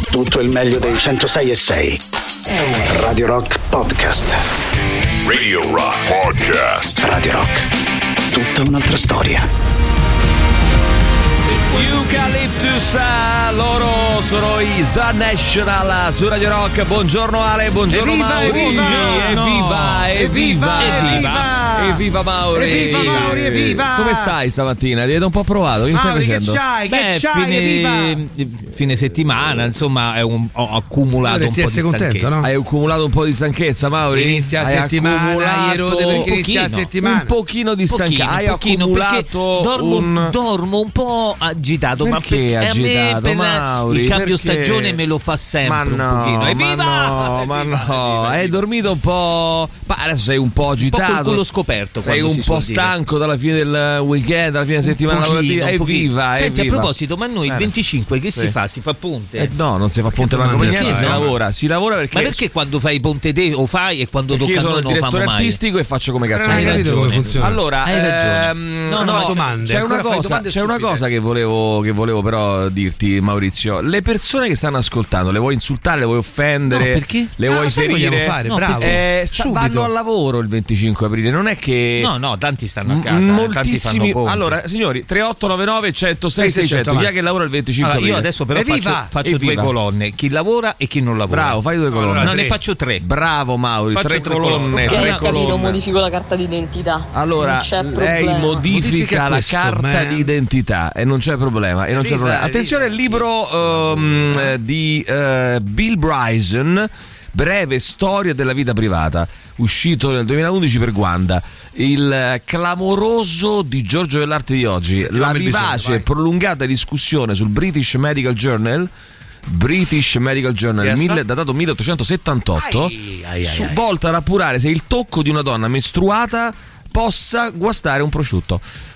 tutto il meglio dei 106.6. Radio Rock Podcast. Radio Rock Podcast. Radio Rock, tutta un'altra storia. Eucalyptus, loro sono i The National su Radio Rock. Buongiorno Ale, buongiorno Mauri. Evviva Mauri. Evviva. Come stai stamattina? Ti vedo un po' provato. Che stai facendo? Che c'hai? Fine settimana, insomma, ho accumulato un po' di stanchezza. No? Hai accumulato un po' di stanchezza, Mauri? Inizia la settimana, perché inizia la settimana. Un pochino di stanchezza. Hai accumulato dormo un po' agitato. Perché agitato, Mauri? Il cambio Perché? stagione me lo fa sempre un pochino. Evviva! Ma no, hai dormito un po'. Ma adesso sei un po' agitato. Un po' col culo scoperto. Sei un po' stanco dalla fine del weekend, dalla fine della settimana lavorativa. Evviva! Senti, a proposito, ma noi il 25 che si fa? Si fa ponte? No, non si fa ponte, ma come niente, si lavora perché. Ma perché quando fai ponte te o fai e quando tocca a noi non lo famo mai? Io sono il direttore artistico e faccio come cazzo hai capito come funziona. Allora, hai ragione. No, domande. C'è una cosa che volevo però dirti, Maurizio. Le persone che stanno ascoltando, le vuoi insultare, le vuoi offendere? No, perché? Le vuoi ferire? Fare, no, bravo. Vanno al lavoro il 25 aprile, non è che No, tanti stanno a casa, moltissimi. tanti fanno ponte. Allora, signori, 3899 106 600. Chi è che lavora il 25 aprile? Io adesso però faccio due colonne, chi lavora e chi non lavora. Bravo, fai due colonne. No, ne faccio tre. Bravo Mauri, Faccio tre colonne. Capito, modifico la carta d'identità. Allora, non c'è lei problema. modifica la questo, carta di identità e non c'è problema. Attenzione al libro di Bill Bryson, Breve storia della vita privata, uscito nel 2011 per Wanda. Il clamoroso di Giorgio Dell'Arte di oggi, la vivace e prolungata discussione sul British Medical Journal, datato 1878, volta ad appurare se il tocco di una donna mestruata possa guastare un prosciutto.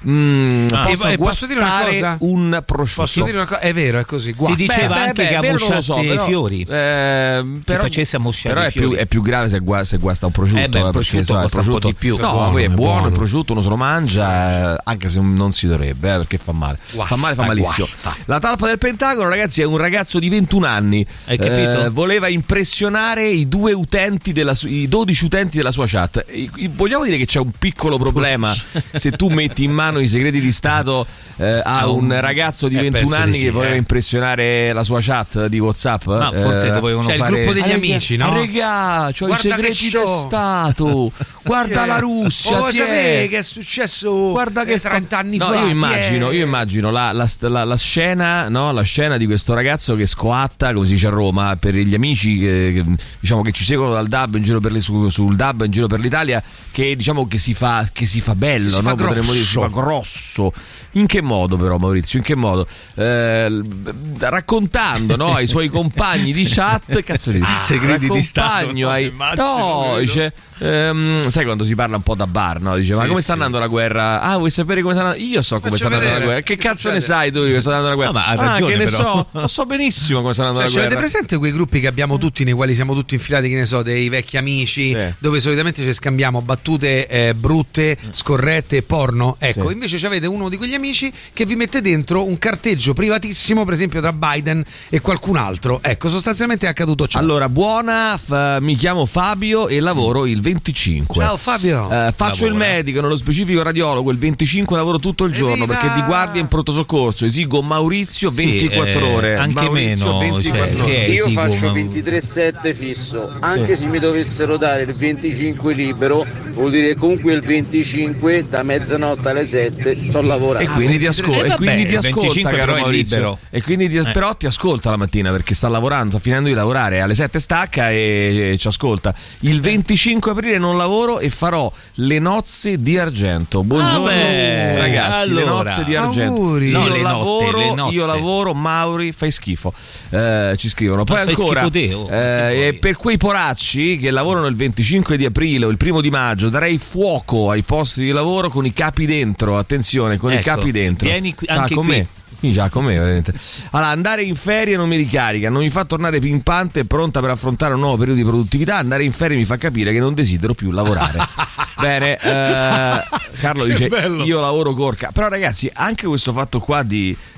Posso dire una cosa? Un prosciutto. Posso dire una cosa? È vero, è così. Si diceva anche che ammosciasse i fiori. Però facesse ammosciare i fiori. È più grave se guasta un prosciutto. Il prosciutto costa un po' di più. No, poi è buono, il prosciutto uno se lo mangia, anche se non si dovrebbe, perché fa male. Fa malissimo. La talpa del Pentagono, ragazzi, è un ragazzo di 21 anni. Hai capito? Voleva impressionare i 12 utenti della sua chat. Vogliamo dire che c'è un piccolo problema se tu metti in mano i segreti di Stato a un ragazzo di 21 anni che voleva impressionare la sua chat di WhatsApp? No, forse dovevano fare il gruppo degli amici, no? Regà, c'ho i segreti di Stato. Guarda la Russia. Vuoi sapere che è successo? Guarda che 30 anni fa. Io immagino la scena, no? La scena di questo ragazzo che scoatta, come si dice a Roma, per gli amici che ci seguono dal DAB in giro sul DAB in giro per l'Italia, che diciamo che si fa bello, no? Potremmo dire si fa grosso. In che modo però, Maurizio? In che modo? Raccontando, no, ai suoi compagni di chat, cazzo di segreti di Stato. Dice, sai quando si parla un po' da bar, no? Dice, ma come sta andando la guerra? Ah, vuoi sapere come sta andando? Io so come sta andando la guerra. Che cazzo ne sai tu di come sta andando la guerra? No, ma ha ragione, che ne però. so benissimo come sta andando la guerra. Avete presente quei gruppi che abbiamo tutti, nei quali siamo tutti infilati, che ne so, dei vecchi amici, dove solitamente ci scambiamo battute brutte, scorrette, porno? Ecco, invece avete uno di quegli amici che vi mette dentro un carteggio privatissimo, per esempio tra Biden e qualcun altro. Ecco, sostanzialmente è accaduto ciò. Allora, mi chiamo Fabio e lavoro il 25. Ciao Fabio. Faccio il medico, nello specifico radiologo. Il 25 lavoro tutto il giorno perché di guardia in pronto soccorso esigo Maurizio 24 ore. Anche Maurizio, meno. 24 ore. Io faccio 23/7 fisso. Anche se mi dovessero dare il 25 libero, vuol dire che comunque il 25 da mezzanotte alle 7 sto lavorando. E quindi ti ascolta, caro Maurizio. E quindi però ti ascolta la mattina perché sta lavorando, sta finendo di lavorare, alle 7 stacca e ci ascolta. Il 25 aprile non lavoro e farò le nozze di argento. Buongiorno ragazzi, le notte di argento. Auguri. Io lavoro, Mauri, fai schifo. Ci scrivono. Poi ancora per quei poracci che lavorano il 25 di aprile o il 1 di maggio darei fuoco ai posti di lavoro con i capi dentro. Attenzione, con i capi dentro. Vieni qui, anche con qui. me. Già con me, vedete. Allora, andare in ferie non mi ricarica, non mi fa tornare pimpante e pronta per affrontare un nuovo periodo di produttività. Andare in ferie mi fa capire che non desidero più lavorare. Bene, Carlo dice io lavoro corca. Però ragazzi, anche questo fatto qua di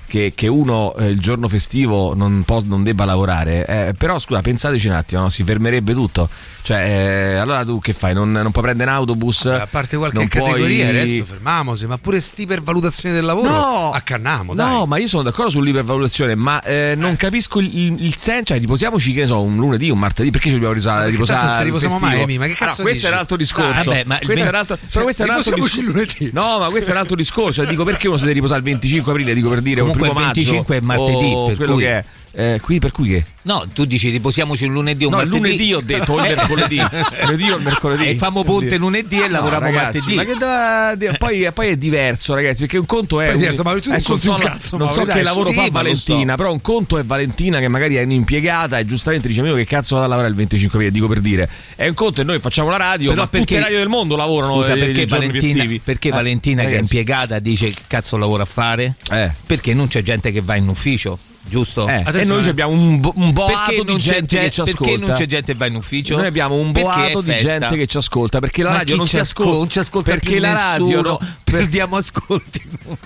che uno il giorno festivo non debba lavorare, però scusa, pensateci un attimo, no? Si fermerebbe tutto. Cioè, allora tu che fai? Non puoi prendere un autobus? Vabbè, a parte qualche categoria, adesso fermiamoci, ma pure sti ipervalutazioni del lavoro accannamo, dai. No, ma io sono d'accordo sull'ipervalutazione, ma non capisco il senso. Cioè, riposiamoci, che ne so, un lunedì, un martedì, perché ci dobbiamo riposare? Non si riposiamo mai, ma che cazzo questo è un altro discorso. Questo è un altro discorso. No, ma questo è un altro discorso. Dico, perché uno si deve riposare il 25 aprile, dico, per dire, comunque un primo maggio. Il 25 è martedì, per quello cui che è. Qui per cui che? No, tu dici riposiamoci un lunedì o un martedì. No, lunedì ho detto, o il mercoledì. Lunedì o il mercoledì. E famo ponte lunedì e lavoriamo martedì. Ma che poi è diverso, ragazzi, perché un conto è diverso, ma tu non so che lavoro fa Valentina, però un conto è Valentina che magari è un'impiegata e giustamente dice: io che cazzo vado a lavorare il 25 aprile, dico per dire. È un conto e noi facciamo la radio, però ma tutte le radio del mondo lavorano. Scusa, perché Valentina che è impiegata dice cazzo lavoro a fare? Perché non c'è gente che va in ufficio, giusto? E noi abbiamo un boato di gente che ci ascolta. Perché non c'è gente che va in ufficio? Noi abbiamo un boato di gente che ci ascolta, perché la radio non si ascolta. Non ci ascolta perché più la radio perdiamo ascolti.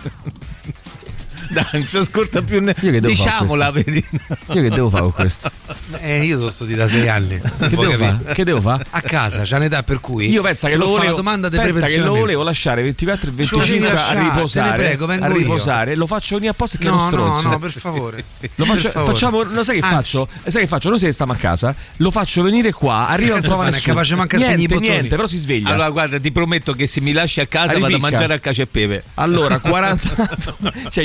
Dai, non si ascolta più diciamo la verità. Io che devo fare con questo? Io sono stato da 6 anni. Che devo fare? A casa c'è un'età per cui io penso che lo volevo, la domanda di prevenzione. Che lo volevo lasciare 24 e 25 a riposare. Te ne prego, vengo a riposare. Lo faccio ogni apposta che è uno stronzo. No, per favore. Facciamo, lo sai che faccio? Sai che faccio? Noi se stiamo a casa, lo faccio venire qua, arriva a trovare nessuno. È capace manca spegni i bottoni. Niente, però si sveglia. Allora guarda, ti prometto che se mi lasci a casa vado a mangiare a cacio e pepe. Allora, 40 cioè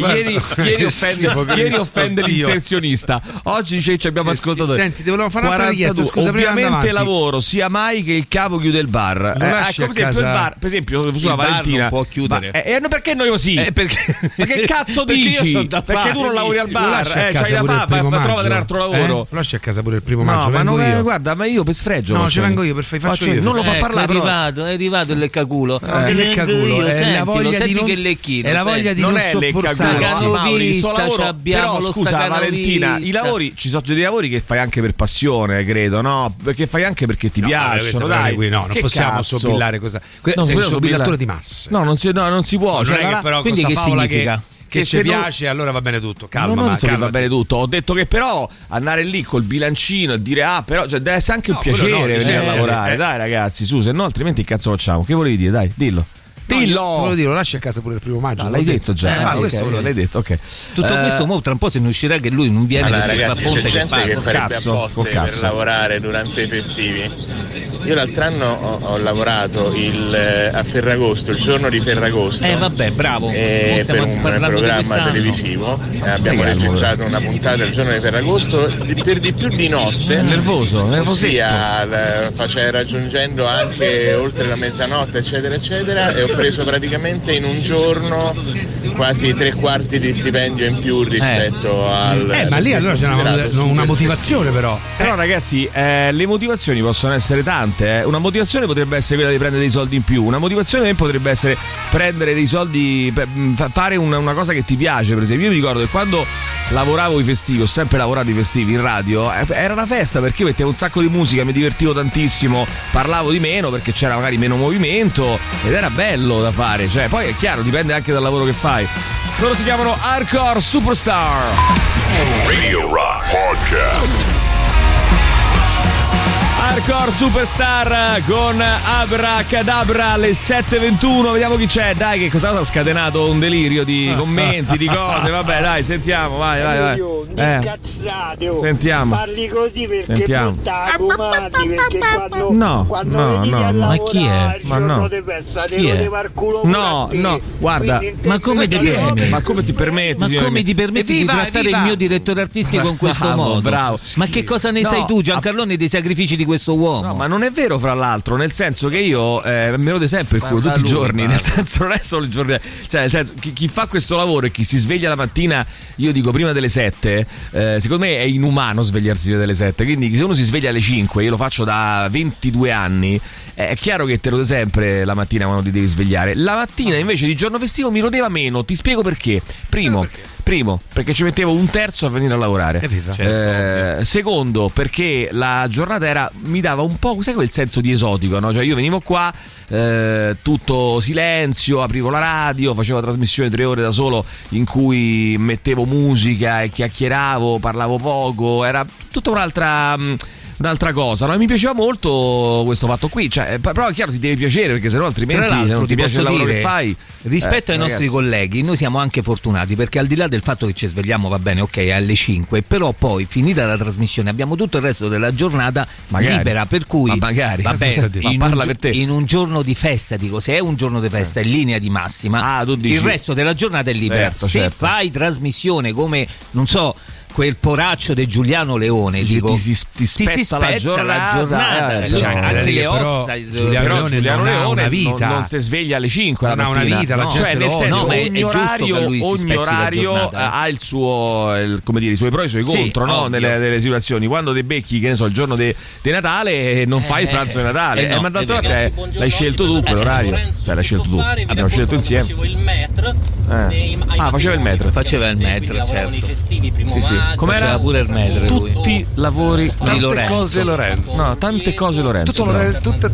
ieri offende l'inserzionista. Oggi ci abbiamo ascoltato. Senti, ti volevo fare un'altra richiesta. Scusa, ovviamente lavoro sia mai che il capo chiude il bar. Per esempio il bar, per esempio, sulla Valentina non può chiudere. Ma perché noi così? Ma che cazzo dici? Perché tu non lavori al bar? C'hai la fama, trovate un altro lavoro. Lasci a casa pure il 1 maggio. Ma non guarda, ma io per sfregio. No, ci vengo io, faccio io. Non lo fa parlare. È arrivato il leccaculo. Il leccaculo è la voglia di che lecchino. È la voglia di non sopportare. Però scusa Valentina, i lavori ci sono dei lavori che fai anche per passione, credo, no? Perché fai anche perché ti piacciono, dai. Non possiamo sobillare cosa. Sei un sobillatore di massa. No, non si può. Quindi che significa? Che ci piace, allora va bene tutto. Calma, che va bene tutto. Ho detto che però andare lì col bilancino e dire però deve essere anche un piacere venire a lavorare. Dai ragazzi, su, se no altrimenti che cazzo facciamo? Che volevi dire? Dai, dillo. Te lo lasci a casa pure il 1 maggio. No, l'hai detto già. L'hai detto, ok. Tutto questo tra un po' se ne uscirà che lui non viene perché ragazzi, fa ponte c'è gente che farebbe a botte per lavorare durante i festivi. Io l'altro anno ho lavorato a Ferragosto, il giorno di Ferragosto. Vabbè, bravo. Per un programma televisivo. Abbiamo registrato una puntata il giorno di Ferragosto per di più di notte. Nervosetto. Ossia, raggiungendo anche oltre la mezzanotte, eccetera, eccetera. E ho preso praticamente in un giorno quasi 3/4 di stipendio in più rispetto al. Ma lì allora c'è una motivazione, però. Però ragazzi, le motivazioni possono essere tante. Una motivazione potrebbe essere quella di prendere dei soldi in più. Una motivazione potrebbe essere prendere dei soldi, fare una cosa che ti piace. Per esempio, io mi ricordo che quando lavoravo i festivi, ho sempre lavorato i festivi in radio, era una festa perché io mettevo un sacco di musica, mi divertivo tantissimo, parlavo di meno perché c'era magari meno movimento ed era bello da fare, cioè poi è chiaro, dipende anche dal lavoro che fai. Loro si chiamano Hardcore Superstar. Radio Rock Podcast. Hardcore Superstar con Abracadabra alle 7:21. Vediamo chi c'è. Dai, che cosa ha scatenato un delirio di commenti, di cose. Vabbè, dai, sentiamo. Vai. Incazzate, sentiamo. Parli così perché brutta comandi, perché quando vedi a ma chi è? Ma no. Chi è? No, guarda. Ma come ti permetti? Ma come ti permetti? Ma come ti permetti di trattare il mio direttore artistico in questo modo? Bravo. Ma che cosa ne sai tu, Giancarlone, dei sacrifici di questo uomo? No, ma non è vero, fra l'altro, nel senso che io me rode sempre il culo tutti i giorni, nel senso non è solo il giorno, cioè nel senso chi fa questo lavoro e chi si sveglia la mattina, io dico prima delle 7, secondo me è inumano svegliarsi prima delle 7, quindi se uno si sveglia alle 5, io lo faccio da 22 anni, è chiaro che te rode sempre la mattina quando ti devi svegliare. La mattina invece di giorno festivo mi rodeva meno, ti spiego perché. Primo, Primo, perché ci mettevo un terzo a venire a lavorare. Secondo, perché la giornata mi dava un po', sai, quel senso di esotico, no? Cioè io venivo qua, tutto silenzio, aprivo la radio, facevo la trasmissione 3 ore da solo in cui mettevo musica e chiacchieravo, parlavo poco, era tutta un'altra cosa, no? E mi piaceva molto questo fatto qui, cioè, però è chiaro ti deve piacere, perché sennò altrimenti se non ti piace il lavoro che fai. Rispetto ai nostri colleghi, noi siamo anche fortunati, perché al di là del fatto che ci svegliamo, va bene, ok, alle 5, però poi finita la trasmissione abbiamo tutto il resto della giornata libera, per cui vabbè, in un giorno di festa, dico, se è un giorno di festa in linea di massima, il resto della giornata è libera. Se fai trasmissione come, non so, quel poraccio di Giuliano Leone, dico, ti spezza la giornata. Cioè, anche le ossa. Giuliano Leone ha una vita, non si sveglia alle 5 non la mattina. Ha una vita, la gente cioè, nel senso, ogni orario ha il suo, come dire, i suoi pro e i suoi contro, no? Nelle situazioni. Quando te becchi, che ne so, il giorno di Natale, non fai il pranzo di Natale, ma d'altra parte l'hai scelto tu quell'orario, cioè l'hai scelto tu, abbiamo scelto insieme. Faceva il metro, certo. I festivi, primo maggio. Com'era pure il metro, tutti lavori di Lorenzo. Cose Lorenzo. No, tante cose Lorenzo. Tutte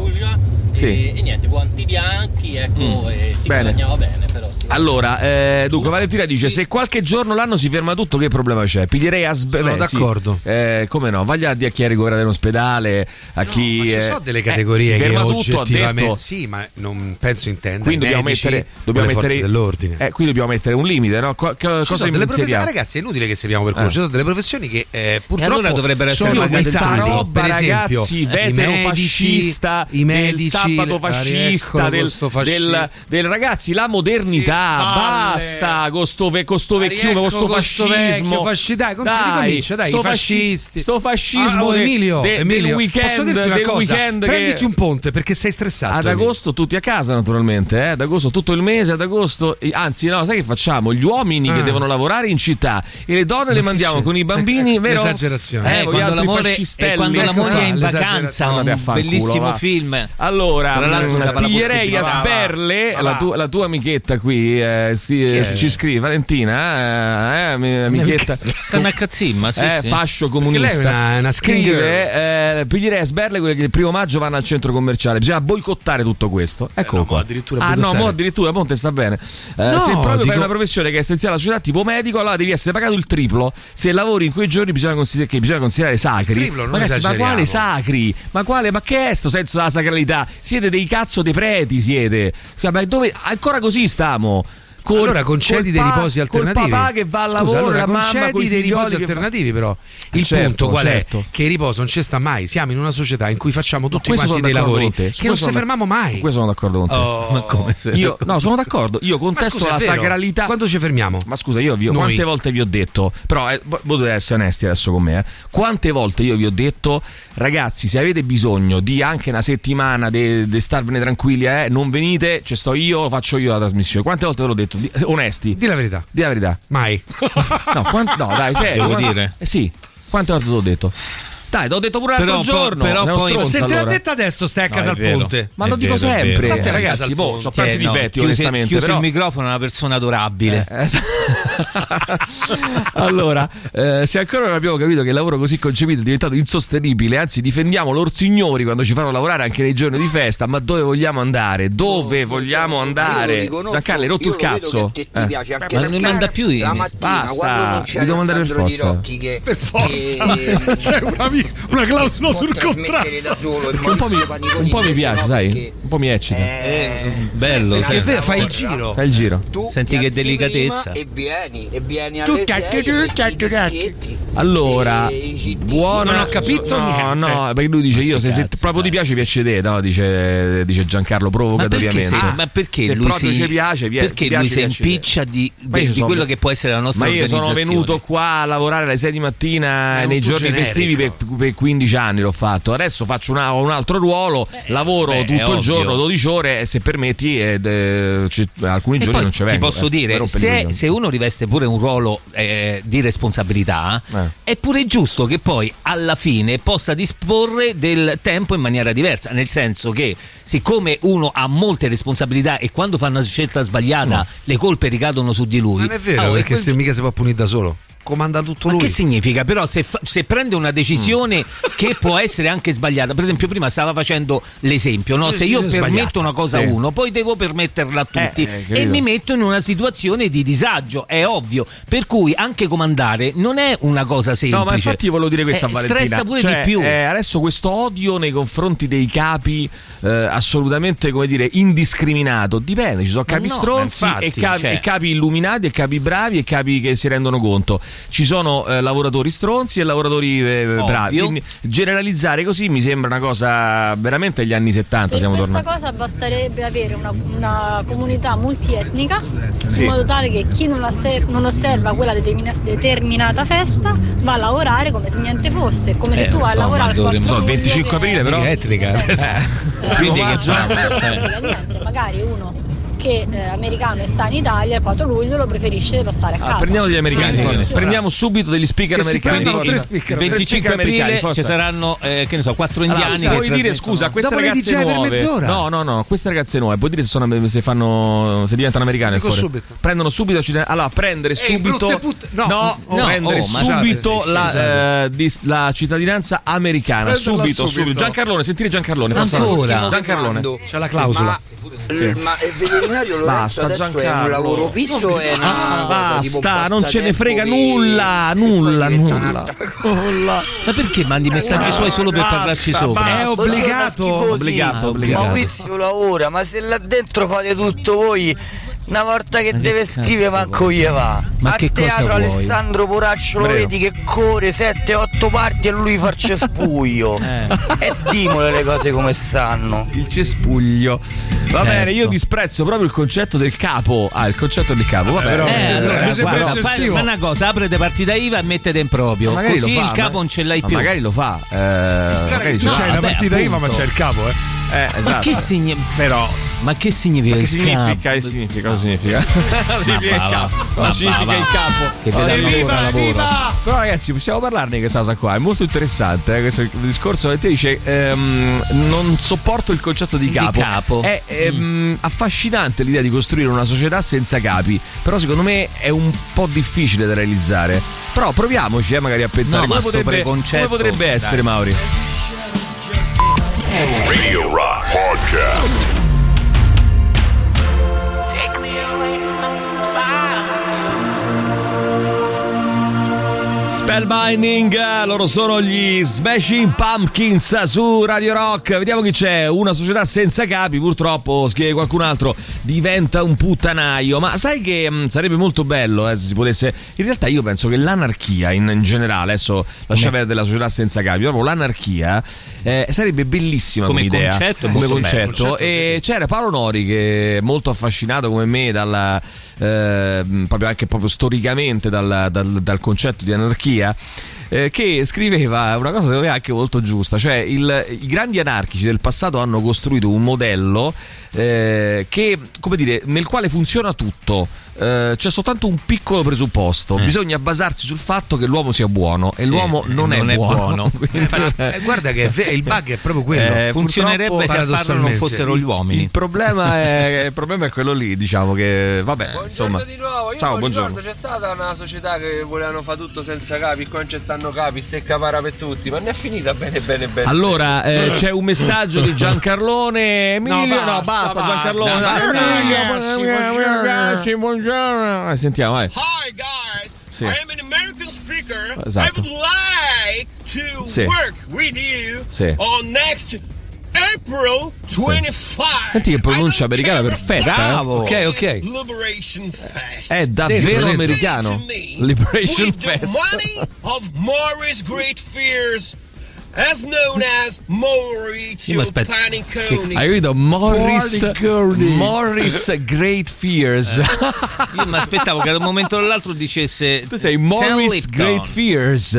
e niente, guanti bianchi, ecco, e si guadagnava bene, però sì. Allora, dunque Valentina dice: se qualche giorno l'anno si ferma tutto, che problema c'è? Piglierei a sono d'accordo. Sì. Come no? Vaglia a chi è ricoverato in ospedale, a chi. Ma ci sono delle categorie che oggettivamente detto, sì, ma non penso intenda. Quindi dobbiamo mettere dell'ordine. Qui dobbiamo mettere un limite, no? Cosa delle professioni, ragazzi, è inutile che seguiamo per quello. Ci sono delle professioni che purtroppo allora dovrebbero essere questa roba, per esempio, ragazzi, veterofascista, i medici, sabato fascista, del ragazzi, la modernità, basta con sto vecchiume, con sto fascismo. Dai, i fascisti. Sto fascismo Emilio, del weekend. Prenditi un ponte perché sei stressato. Ad agosto tutti a casa, naturalmente, ad agosto tutto il mese, ad agosto, anzi no, sai che facciamo? Gli uomini che devono lavorare in città e le donne le mandiamo con i bambini, vero? Esagerazione. Quando l'amore è in vacanza, un bellissimo film. Allora, piglierei a sberle la tua amichetta qui, ci scrive Valentina, amichetta una cazzimma, fascio comunista, una scrive, piglierei a sberle quelle che il 1 maggio vanno al centro commerciale, bisogna boicottare tutto questo. Eccolo qua. Addirittura Monte sta bene. Se proprio fai una professione che è essenziale alla società, tipo medico, allora devi essere pagato il triplo. Se lavori in quei giorni bisogna considerare sacri. Ma quale sacri? Ma che è sto senso della sacralità? Siete dei cazzo dei preti, siete. Ma dove ancora così stiamo? Allora concedi dei riposi alternativi. Il papà che va al lavoro, allora la mamma concedi dei riposi alternativi, però il punto qual è? Che il riposo non ci sta mai. Siamo in una società in cui facciamo tutti quanti dei lavori che non si fermiamo mai. Su questo sono d'accordo con te. Ma come sono d'accordo. Io contesto la sacralità. Quando ci fermiamo? Ma scusa, quante volte vi ho detto, però voi dovete essere onesti adesso con me, quante volte io vi ho detto, ragazzi, se avete bisogno di anche una settimana di starvene tranquilli, non venite, ci sto io, lo faccio io la trasmissione. Quante volte ve l'ho detto? Onesti. Di la verità. Mai. No, dai, serio. Devo dire. Sì. Quante volte te l'ho detto? Dai, te l'ho detto pure l'altro giorno. Però poi se te l'ho detto adesso stai a casa al ponte. Ma lo dico sempre. Ragazzi, ho tanti difetti, onestamente. Chiuso il microfono, è una persona adorabile. Allora, se ancora non abbiamo capito che il lavoro così concepito è diventato insostenibile, anzi difendiamo loro signori quando ci fanno lavorare anche nei giorni di festa, ma dove vogliamo andare? Giancarlo, hai rotto il cazzo. Ma non mi manda più basta, mi devo mandare per forza. C'è una clausola sul contratto. Un po' mi piace, sai? Un po' mi eccita. Bello, fai il giro. Senti che delicatezza. E vieni alle 6. Allora, buona. Non ho capito niente. No, perché lui dice se proprio ti piace piace te, no? Dice Giancarlo provocatoriamente. Ma perché se lui proprio ci piace, perché lui si impiccia di quello che può essere la nostra organizzazione. Ma io sono venuto qua a lavorare alle 6 di mattina nei giorni festivi per 15 anni l'ho fatto, adesso faccio un altro ruolo, lavoro tutto il giorno, 12 ore, e se permetti alcuni giorni non ci vengo. Ti posso dire, se uno riveste pure un ruolo di responsabilità, è pure giusto che poi alla fine possa disporre del tempo in maniera diversa, nel senso che siccome uno ha molte responsabilità e quando fa una scelta sbagliata le colpe ricadono su di lui. Non è vero, perché se mica si può punire da solo, comanda tutto lui. Ma che significa? Però se prende una decisione che può essere anche sbagliata, per esempio prima stava facendo l'esempio, no? Se io permetto una cosa a uno, poi devo permetterla a tutti e mi metto in una situazione di disagio, è ovvio, per cui anche comandare non è una cosa semplice. No, ma infatti volevo dire questa, Valentina, stressa pure di più. Adesso questo odio nei confronti dei capi assolutamente, come dire, indiscriminato, dipende, ci sono capi stronzi e capi illuminati e capi bravi e capi che si rendono conto. Ci sono lavoratori stronzi e lavoratori bravi. Quindi generalizzare così mi sembra una cosa veramente agli anni 70. Per questa cosa basterebbe avere una comunità multietnica, in modo tale che chi non osserva quella determinata festa va a lavorare come se niente fosse, come se tu vai a lavorare il 25 aprile, però è etnica. Quindi niente, magari uno che americano e sta in Italia il 4 luglio lo preferisce passare a casa. Prendiamo degli americani, prendiamo subito degli speaker americani. Il 25 aprile ci saranno che ne so, 4 indiani. Puoi dire scusa, queste ragazze nuove. No, queste ragazze nuove, puoi dire se diventano americane fuori. Prendono subito prendere subito subito la cittadinanza americana, subito. Giancarlone, sentire Giancarlone. Giancarlone. C'è la clausola. Ma il veterinario Lorenzo adesso è un lavoro fisso o è una basta, non ce ne frega nulla. Ma perché mandi messaggi suoi solo per parlarci sopra? È obbligato. Maurizio lavora, ma se là dentro fate tutto voi, una volta che deve scrivere manco gli va. Ma a che teatro cosa Alessandro Poraccio lo vedi che corre 7-8 parti e lui fa il cespuglio. E dimole le cose come stanno. Il cespuglio. Va bene, io disprezzo proprio il concetto del capo. Il concetto del capo. Vabbè, fa una cosa, aprete partita IVA e mettete in proprio. Magari così il capo non ce l'hai più. Magari lo fa. Tu c'hai la partita IVA, ma c'è il capo, esatto. Ma che significa? Però, ma che significa il capo? Cosa significa il capo? Cosa significa il capo? Che vede lavoro. Però ragazzi, possiamo parlarne di questa cosa qua, è molto interessante questo discorso che ti dice non sopporto il concetto di capo. È affascinante l'idea di costruire una società senza capi, però secondo me è un po' difficile da realizzare. Però proviamoci magari a pensare come potrebbe essere, Mauri. Radio Rock Podcast. Spellbinding, loro sono gli Smashing Pumpkins su Radio Rock. Vediamo chi c'è. Una società senza capi, purtroppo, scrive qualcun altro, diventa un puttanaio. Ma sai che sarebbe molto bello se si potesse. In realtà io penso che l'anarchia in generale, adesso lascia perdere la società senza capi, proprio l'anarchia sarebbe bellissima come idea, concetto. E c'era Paolo Nori, che è molto affascinato come me dalla proprio storicamente dal concetto di anarchia, che scriveva una cosa secondo me anche molto giusta, cioè i grandi anarchici del passato hanno costruito un modello che, come dire, nel quale funziona tutto. C'è soltanto un piccolo presupposto, bisogna basarsi sul fatto che l'uomo sia buono e l'uomo non è buono. Guarda che il bug è proprio quello, funzionerebbe se a farlo non fossero gli uomini. Il problema è quello lì, diciamo che vabbè. Buongiorno di nuovo. Io ricordo c'è stata una società che volevano fare tutto senza capi, qua non ci stanno capi, stecca para per tutti, ma ne è finita bene. Allora c'è un messaggio di Giancarlone. Emilio, basta Giancarlone. Ragazzi, buongiorno. Sentiamo, vai. Hi guys, I am an American speaker. Esatto. I would like to work with you on next April 25. Senti che pronuncia americana perfetta. Bravo. Ok. Liberation Fest. È davvero americano. Liberation with Fest. The money of Morris Great Fears as known as Maurizio Paniconi. Hai capito? Morris Great Fears. Io mi aspettavo che da un momento all'altro dicesse tu sei Morris Great Fears.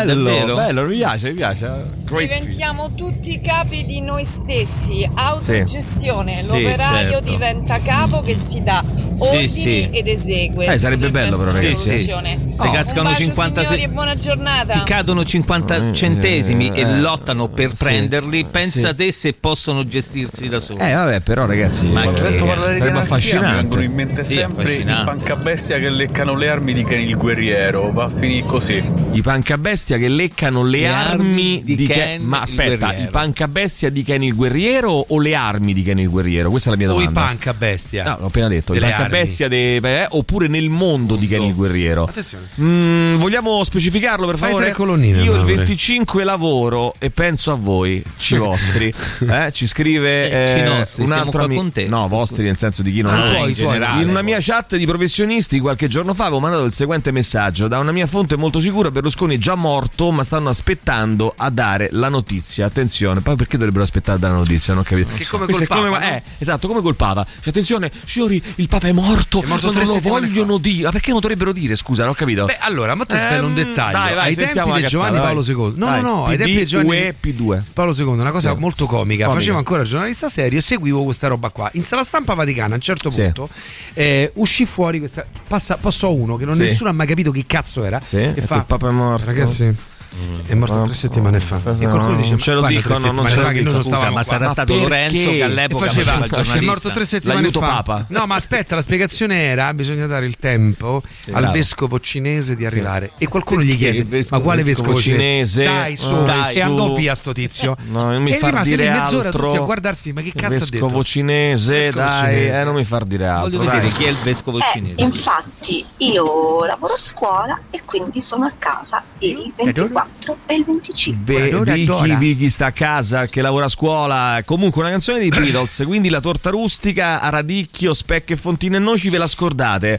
Bello, mi piace. Diventiamo tutti capi di noi stessi, autogestione, l'operaio diventa capo che si dà ordini ed esegue. Sarebbe bello però, ragazzi. Se cascano 50 signori, e buona giornata. Ti cadono 50 centesimi e lottano per prenderli. Pensa te se possono gestirsi da soli. Vabbè, però ragazzi, quando sento parlare di anarchia mi vengono in mente sempre i affascinante. pancabestia che leccano le armi di Ken il guerriero. Va a finire così. I pancabestia che leccano le armi di Ken. Ma aspetta, i pancabestia di Ken il guerriero o le armi di Ken il guerriero? Questa è la mia domanda. O i pancabestia? No, l'ho appena detto. I pancabestia oppure nel mondo di Ken il guerriero. Attenzione. Vogliamo specificarlo per favore? Fai 3 colonnine. Io il 25 lavoro e penso a voi, vostri. Ci scrive nostri, un altro amico. No, vostri nel senso di chi non lavora. In una mia chat di professionisti qualche giorno fa avevo mandato il seguente messaggio: da una mia fonte molto sicura Berlusconi è già morto, ma stanno aspettando a dare la notizia. Attenzione, poi perché dovrebbero aspettare a dare la notizia? Non ho capito. Che come col Papa, no? Esatto, come col Papa. Cioè, attenzione, signori, il Papa è morto non lo vogliono dire. Ma perché non dovrebbero dire? Scusa, non ho capito. Beh, allora, ma te svelo un dettaglio. Vai, ai tempi di Giovanni Paolo II. No, ai tempi di Giovanni P2. Paolo II, una cosa molto comica. Facevo ancora giornalista serio e seguivo questa roba qua. In Sala Stampa Vaticana a un certo punto uscì fuori questa passò uno che nessuno ha mai capito chi cazzo era e fa: il Papa è morto. Ragazzi, è morto 3 settimane fa. E qualcuno dice: ce lo dicono, non ce lo dicono. Ma sarà stato Lorenzo che all'epoca faceva il giornalista. È morto 3 settimane fa. Papa. No, ma aspetta, la spiegazione era: bisogna dare il tempo al vescovo cinese di arrivare. E qualcuno gli chiese: ma quale vescovo cinese? Dai, su. E andò via sto tizio. No, non mi far dire mezz'ora altro. tutti a guardarsi: ma che cazzo ha detto? Vescovo cinese, dai, non mi far dire altro. Voglio vedere chi è il vescovo cinese. Infatti, io lavoro a scuola e quindi sono a casa il 24 e il 25. Chi sta a casa, che lavora a scuola. Comunque una canzone dei Beatles, quindi la torta rustica a radicchio, speck e fontine e noci, ve la scordate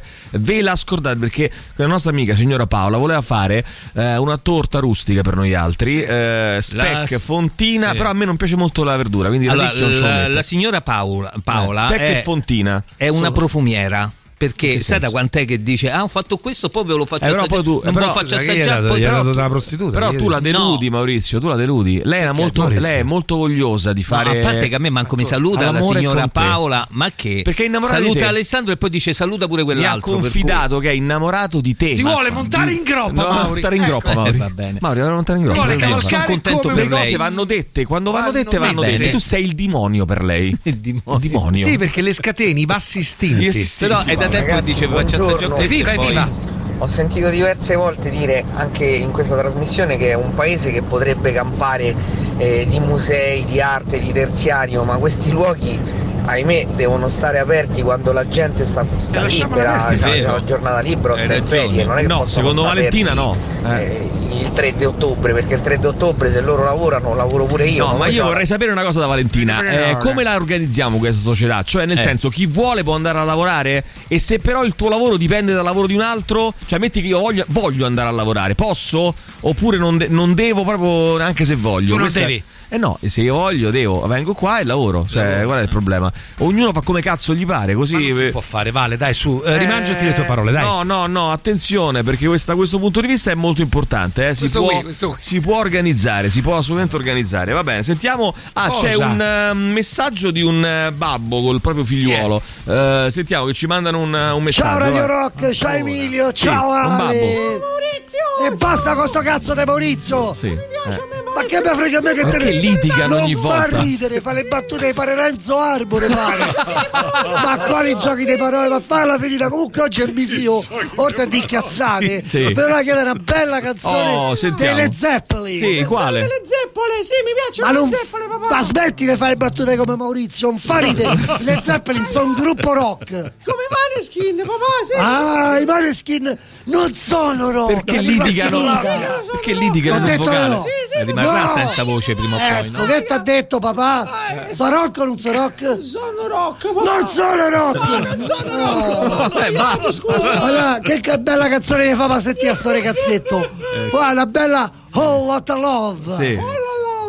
perché la nostra amica signora Paola voleva fare una torta rustica per noi altri, speck, fontina, però a me non piace molto la verdura, quindi la signora Paola speck e fontina è una profumiera. Perché sai da quant'è che dice ho fatto questo, poi ve lo faccio assaggiare, poi tu, non ve lo faccio assaggiare, poi dalla prostituta. Però tu la deludi, Maurizio, tu la deludi. Lei è molto vogliosa di fare. A parte che a me manco mi saluta la signora Paola, ma che? Perché è innamorato saluta di te. Alessandro e poi dice saluta pure quell'altro. Mi ha confidato che è innamorato di te. Ti vuole montare in groppa, Mauri. Montare in groppa, Mauri. Va bene. Mauri, vuole montare in groppa. Sono contento per le lei. cose vanno dette, quando vanno dette vanno dette. Tu sei il demonio per lei. Il demonio. Sì, perché le scateni, i bassi istinti. Però è da tempo che dice faccio assaggiare. Viva. Ho sentito diverse volte dire anche in questa trasmissione che è un paese che potrebbe campare di musei, di arte, di terziario, ma questi luoghi, ahimè, devono stare aperti quando la gente sta libera, la giornata libera, sta in ferie, non è che possono secondo Valentina il 3 di ottobre, perché il 3 di ottobre se loro lavorano, lavoro pure io. No, ma io vorrei sapere una cosa da Valentina, come la organizziamo questa società? Cioè nel senso, chi vuole può andare a lavorare, e se però il tuo lavoro dipende dal lavoro di un altro, cioè metti che io voglio andare a lavorare, posso? Oppure non devo proprio, anche se voglio? Tu non devi. No, se io voglio, vengo qua e lavoro. Cioè, qual è il problema? Ognuno fa come cazzo gli pare, così. Ma non si può fare, Vale, dai, su, rimangiati le tue parole, dai. No, attenzione, perché da questo punto di vista è molto importante. Si può organizzare, si può assolutamente organizzare. Va bene, sentiamo. C'è un messaggio di un babbo col proprio figliuolo. Sentiamo che ci mandano un messaggio. Ciao Radio Rock, ciao Emilio, ciao Ale. E basta con sto cazzo di Maurizio. Sì. Ma che mi frega a me che te litigano ogni volta. Non fa ridere, fa le battute, pare Renzo Arbore, pare. Ma quali giochi di parole? Ma farla finita. Comunque oggi è il mio figlio, oltre a di cazzate, però chiede una bella canzone delle Zeppelin. Sì, quale? Delle Zeppelin, sì, mi piacciono le Zeppelin, papà. Ma smetti di fare battute come Maurizio, non fa ridere. Le Zeppelin sono un gruppo rock. Come i Maneskin, papà, sì. Ah, i Maneskin non sono rock. Perché litigano? Perché litigano? Ho detto no. Rimarrà senza voce prima o poi, no? Che ti ha detto papà? So rock o non so rock? Sono rock, papà. Non sono rock! Allora, che bella canzone che fa per sentire a sto ragazzetto. Poi una bella Whole Lotta Love. Sì.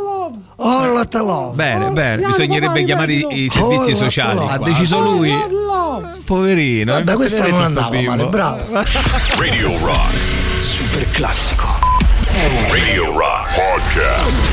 Bene. Bisognerebbe chiamare i servizi sociali. Ha deciso lui. Poverino. Vabbè, questa non andava male, bravo. Radio Rock. Super classico. Radio Rock Podcast.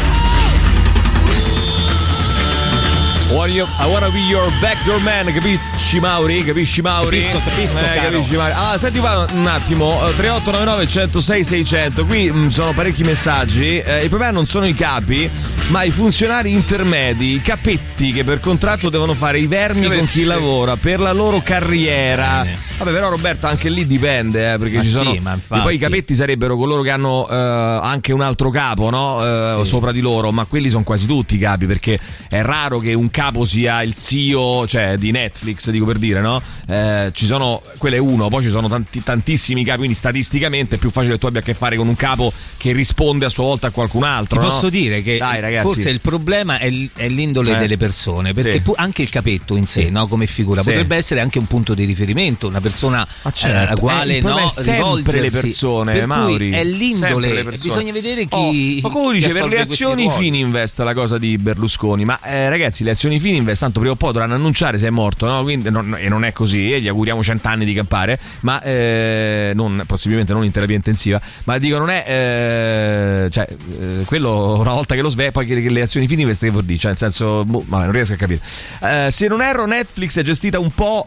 I wanna be your backdoor man, capisci Mauri? Capisco, capisci, Mauri. Ah, senti qua un attimo, 3899 106 600. Qui sono parecchi messaggi. Il problema non sono i capi, ma i funzionari intermedi, i capetti che per contratto devono fare i vermi con chi lavora per la loro carriera. Vabbè, però Roberto anche lì dipende, perché ci sono e poi i capetti sarebbero coloro che hanno anche un altro capo, no? Sopra di loro, ma quelli sono quasi tutti i capi, perché è raro che un capo sia il CEO, cioè di Netflix, dico per dire, no? Ci sono, quello è uno, poi ci sono tantissimi capi, quindi statisticamente è più facile che tu abbia a che fare con un capo che risponde a sua volta a qualcun altro. Ti posso dire che forse il problema è l'indole delle persone, perché anche il capetto in sé, no, come figura, potrebbe essere anche un punto di riferimento, una persona alla quale sempre le persone, per Mauri, cui è l'indole, bisogna vedere chi. Ma come dice, per le azioni Fininvest la cosa di Berlusconi, ma ragazzi, le azioni Fininvest tanto prima o poi dovranno annunciare se è morto, no? Quindi, e non è così, gli auguriamo 100 anni di campare, ma possibilmente non in terapia intensiva, ma dico non è quello una volta che lo sveglia, poi che le azioni Fininvest che vuol dire, cioè nel senso non riesco a capire. Se non erro, Netflix è gestita un po'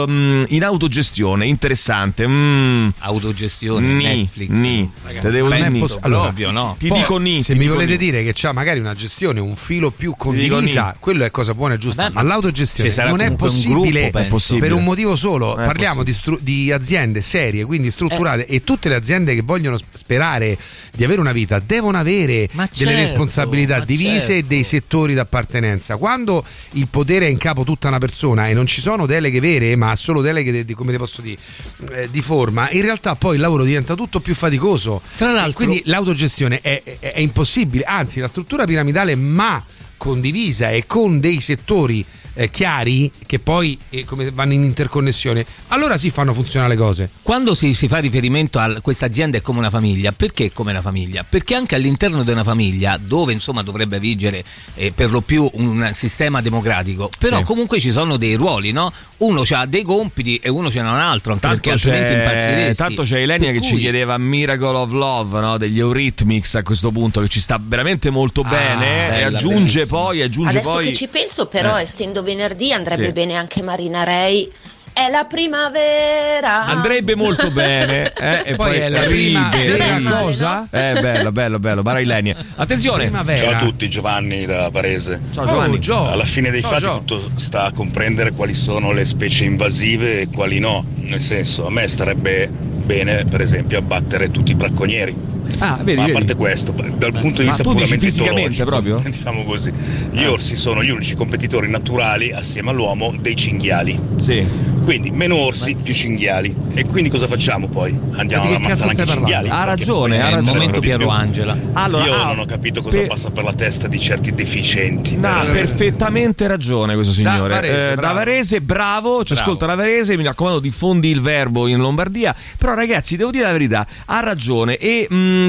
in autogestione, interessante. Autogestione Netflix, ragazzi, non è proprio, no? Ti dico ni. Se mi volete dire che c'ha magari una gestione un filo più condivisa, quello è cosa buona e giusta. Ma l'autogestione non è possibile, per un motivo solo. Parliamo di aziende serie, quindi strutturate, e tutte le aziende che vogliono sperare di avere una vita devono avere delle responsabilità divise e dei settori d'appartenenza. Quando il potere è in capo tutta una persona e non ci sono deleghe vere, ma solo deleghe come te posso dire, di forma, in realtà poi il lavoro diventa tutto più faticoso. Tra l'altro, quindi l'autogestione è impossibile, anzi la struttura piramidale ma condivisa e con dei settori chiari che poi come vanno in interconnessione, allora si fanno funzionare le cose. Quando si fa riferimento a questa azienda è come una famiglia, perché è come una famiglia? Perché anche all'interno di una famiglia, dove insomma dovrebbe vigere per lo più un sistema democratico, però comunque ci sono dei ruoli, no? Uno ha dei compiti e uno ce n'ha un altro, anche perché altrimenti impazziresti. Tanto c'è Elenia che ci chiedeva Miracle of Love, no? Degli Eurythmics a questo punto, che ci sta veramente molto bene, bella, e aggiunge poi adesso che ci penso, però essendo venerdì andrebbe bene anche Marina Ray. È la primavera. Andrebbe molto bene. E poi è la primavera. Cosa? Bello, Barailenia. Attenzione. Primavera. Ciao a tutti, Giovanni da Varese. Ciao Giovanni. Alla fine dei fatti tutto sta a comprendere quali sono le specie invasive e quali no. Nel senso, a me starebbe bene, per esempio, abbattere tutti i bracconieri. Vedi, ma a parte questo, dal punto di vista puramente fisicamente proprio? Diciamo così, gli orsi sono gli unici competitori naturali assieme all'uomo dei cinghiali. Sì. Quindi meno orsi, più cinghiali. E quindi cosa facciamo poi? Andiamo ad ammazzare anche i cinghiali. Ha ragione, è il momento Piero Angela. Allora, io non ho capito cosa passa per la testa di certi deficienti. Ha perfettamente ragione questo signore. Da Varese, bravo, ci ascolta da Varese, mi raccomando diffondi il verbo in Lombardia. Però ragazzi, devo dire la verità, ha ragione. E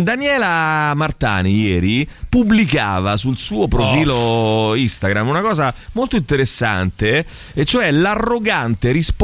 Daniela Martani ieri pubblicava sul suo profilo Instagram una cosa molto interessante, e cioè l'arrogante risposta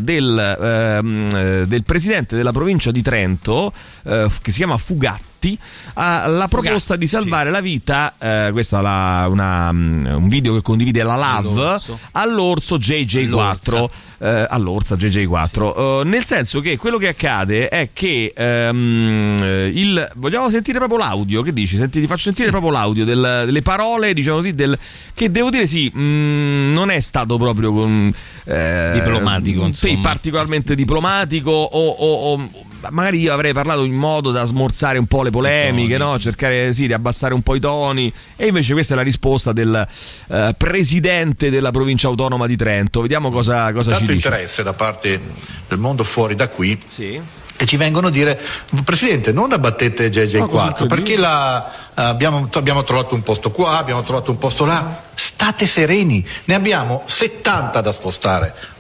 del presidente della provincia di Trento, che si chiama Fugatti, alla proposta di salvare la vita, questo è un video che condivide la LAV, all'orso JJ4, all'orsa JJ4, nel senso che quello che accade è che vogliamo sentire proprio l'audio, che dici? Ti faccio sentire proprio l'audio delle parole, diciamo così, che devo dire non è stato proprio diplomatico, sì, particolarmente diplomatico, o magari io avrei parlato in modo da smorzare un po' le polemiche, no? Cercare di abbassare un po' i toni, e invece questa è la risposta del presidente della provincia autonoma di Trento. Vediamo cosa ci dice. Tanto interesse da parte del mondo fuori da qui, e ci vengono a dire: Presidente, non abbattete JJ4 perché abbiamo trovato un posto qua, abbiamo trovato un posto là. State sereni, ne abbiamo 70 da spostare.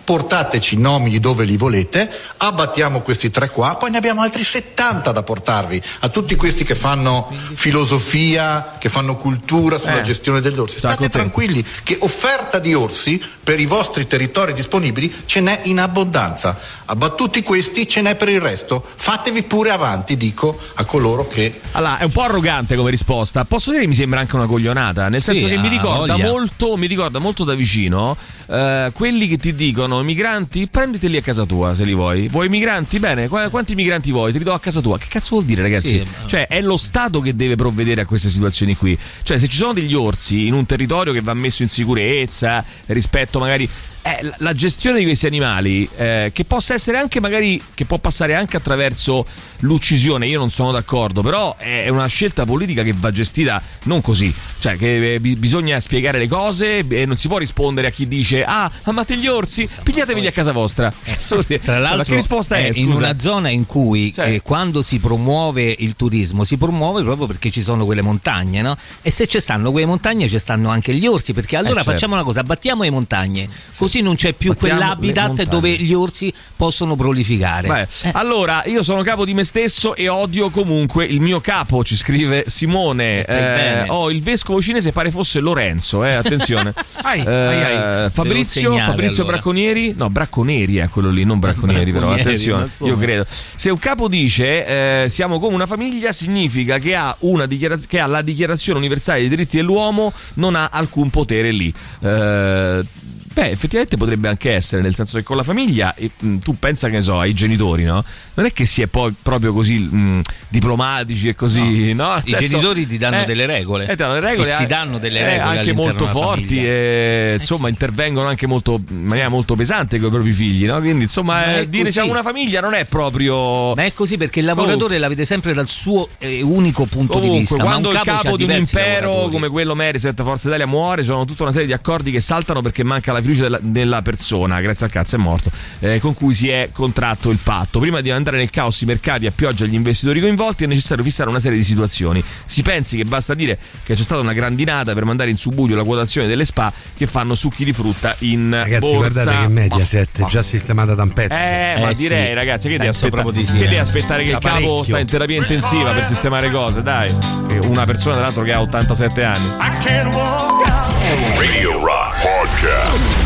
portateci nomi di dove li volete, abbattiamo questi 3 qua, poi ne abbiamo altri 70 da portarvi, a tutti questi che fanno filosofia, che fanno cultura sulla gestione degli orsi. State tranquilli che offerta di orsi per i vostri territori disponibili ce n'è in abbondanza. Abbattuti questi ce n'è per il resto, fatevi pure avanti, dico a coloro che... Allora, è un po' arrogante come risposta, posso dire che mi sembra anche una coglionata, nel senso che mi ricorda molto da vicino quelli che ti dicono: i migranti prenditeli a casa tua se li vuoi migranti, bene, quanti migranti vuoi, te li do a casa tua. Che cazzo vuol dire, ragazzi? Cioè è lo Stato che deve provvedere a queste situazioni qui. Cioè se ci sono degli orsi in un territorio che va messo in sicurezza rispetto magari la gestione di questi animali, che possa essere anche magari, che può passare anche attraverso l'uccisione, io non sono d'accordo, però è una scelta politica che va gestita non così, cioè che bisogna spiegare le cose e non si può rispondere a chi dice amate gli orsi, pigliateveli a casa vostra. Tra l'altro, che risposta è? In una zona in cui quando si promuove il turismo si promuove proprio perché ci sono quelle montagne, no? E se ci stanno quelle montagne ci stanno anche gli orsi, perché allora facciamo una cosa, abbattiamo le montagne, così non c'è più quell'habitat dove gli orsi possono prolificare. Allora, io sono capo di me stesso e odio comunque il mio capo, ci scrive Simone. Il vescovo cinese pare fosse Lorenzo, attenzione. Fabrizio allora. Bracconieri, no, Bracconieri è quello lì, non Bracconieri, però attenzione, io credo. Se un capo dice siamo come una famiglia, significa che ha la dichiarazione universale dei diritti dell'uomo, non ha alcun potere lì. Effettivamente potrebbe anche essere, nel senso che con la famiglia tu pensa, che ne so, ai genitori, no? Non è che si è poi proprio così diplomatici e così, no? I genitori ti danno delle regole, e si danno delle regole anche molto forti e insomma intervengono anche in maniera molto pesante con i propri figli, no? Quindi insomma dire siamo una famiglia non è proprio... Ma è così perché il lavoratore la vede sempre dal suo unico punto di vista. Quando ma il capo di un impero come quello Mediaset, Forza Italia muore, sono tutta una serie di accordi che saltano perché manca la fiducia della persona, grazie al cazzo è morto, con cui si è contratto il patto. Prima di andare nel caos i mercati, a pioggia gli investitori coinvolti, è necessario fissare una serie di situazioni. Si pensi che basta dire che c'è stata una grandinata per mandare in subuglio la quotazione delle SPA che fanno succhi di frutta in ragazzi, borsa. Guardate che Mediaset è già sistemata da un pezzo. Ma direi, ragazzi, che devi aspettare che il capo sta in terapia intensiva per sistemare cose, dai. Una persona tra l'altro che ha 87 anni. Radio Rock Podcast.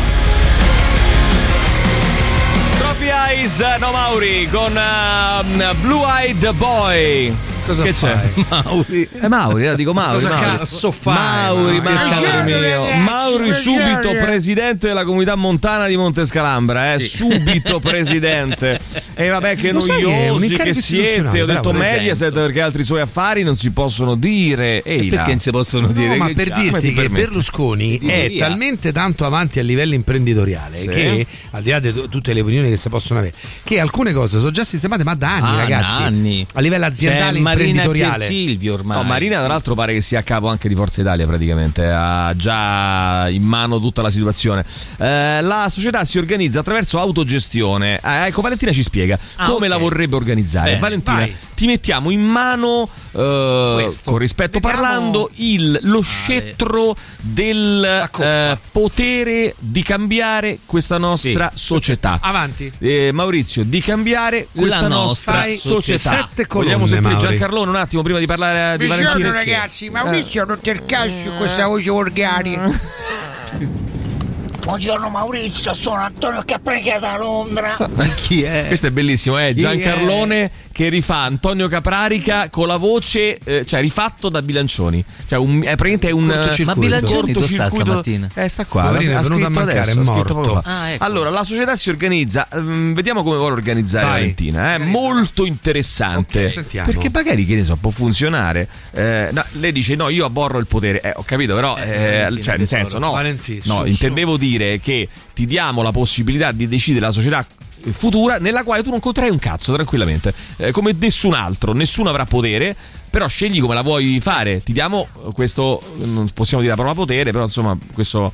Eyes, no Mauri con Blue Eyed Boy. Cosa che fai? C'è? Mauri, dico Mauri. Cosa cazzo fai? Mauri subito presidente della comunità montana di Montescalambra, subito presidente. E vabbè che noiosi che siete, ho detto Mediaset perché altri suoi affari non si possono dire. Perché non si possono dire? Ma per dirti che Berlusconi è talmente tanto avanti a livello imprenditoriale che, al di là di tutte le opinioni che si possono avere, che alcune cose sono già sistemate ma da anni, ragazzi, a livello aziendale, imprenditoriale. Silvio ormai. Marina tra l'altro pare che sia a capo anche di Forza Italia, praticamente ha già in mano tutta la situazione. La società si organizza attraverso autogestione. Ecco, Valentina ci spiega come la vorrebbe organizzare. Valentina, ti mettiamo in mano con rispetto parlando lo scettro del potere di cambiare questa nostra società. Avanti Maurizio, di cambiare questa nostra società. Vogliamo sentire Giancarlone un attimo prima di parlare di Valentina? Buongiorno ragazzi, Maurizio non te il calcio questa voce volgare. Buongiorno Maurizio, sono Antonio Caprarica da Londra. Ma chi è? Questo è bellissimo, Giancarlone che rifà Antonio Caprarica con la voce, cioè rifatto da Bilancioni. Cioè praticamente è un ma Bilancioni dove sta stamattina? Sta qua, ha scritto a mancare, adesso, è morto. Ecco. Allora, la società si organizza, vediamo come vuole organizzare Valentina, molto interessante. Perché magari, che ne so, può funzionare. Lei dice no, io aborro il potere. Ho capito, però cioè nel senso no, intendevo dire che ti diamo la possibilità di decidere la società futura nella quale tu non conterai un cazzo tranquillamente, come nessun altro, nessuno avrà potere, però scegli come la vuoi fare, ti diamo questo, non possiamo dire la parola potere, però insomma questo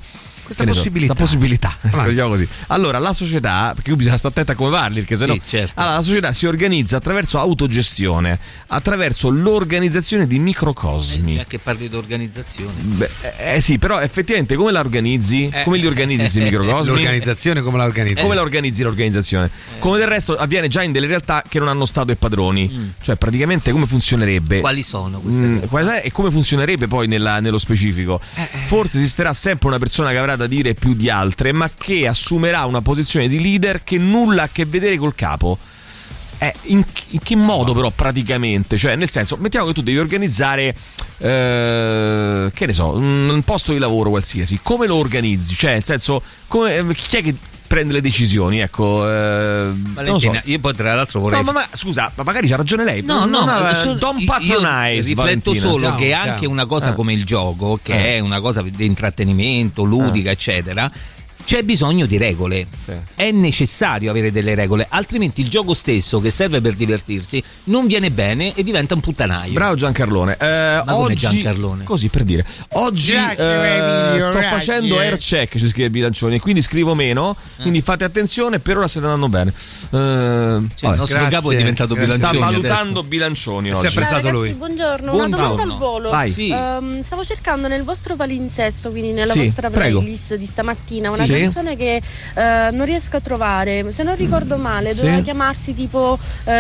questa possibilità. Così. Allora, la società, perché qui bisogna stare attento a come parli, perché sennò. Certo. Allora, la società si organizza attraverso autogestione, attraverso l'organizzazione di microcosmi. Già che parli di organizzazione. Sì, però effettivamente come la organizzi? Come li organizzi questi microcosmi? L'organizzazione come la organizzi? Come la organizzi l'organizzazione? Come del resto avviene già in delle realtà che non hanno stato e padroni. Cioè, praticamente come funzionerebbe? Quali sono queste? E come funzionerebbe poi nello specifico? Forse esisterà sempre una persona che avrà da dire più di altre, ma che assumerà una posizione di leader che nulla ha a che vedere col capo. In che modo però praticamente? Cioè, nel senso, mettiamo che tu devi organizzare che ne so, un posto di lavoro qualsiasi. Come lo organizzi? Cioè, nel senso, chi è che prende le decisioni? Ecco, Valentina, non so. Io poi tra l'altro vorrei. No, ma scusa, ma magari c'ha ragione lei. Don't patronize. Rifletto Valentina. solo che anche una cosa come il gioco, che è una cosa di intrattenimento, ludica, eccetera. C'è bisogno di regole, è necessario avere delle regole, altrimenti il gioco stesso, che serve per divertirsi, non viene bene e diventa un puttanaio. Bravo Giancarlone. Ma come Giancarlone? Così per dire. Oggi sto facendo air check, ci scrive Bilancioni, e quindi scrivo meno, quindi fate attenzione, per ora state andando bene. Il nostro capo è diventato Bilancioni. Sta valutando Bilancioni oggi. È sempre stato ragazzi, lui. Buongiorno, una domanda al volo. Vai. Sì. Stavo cercando nel vostro palinsesto, quindi nella vostra playlist di stamattina, una canzone che non riesco a trovare. Se non ricordo male, doveva chiamarsi tipo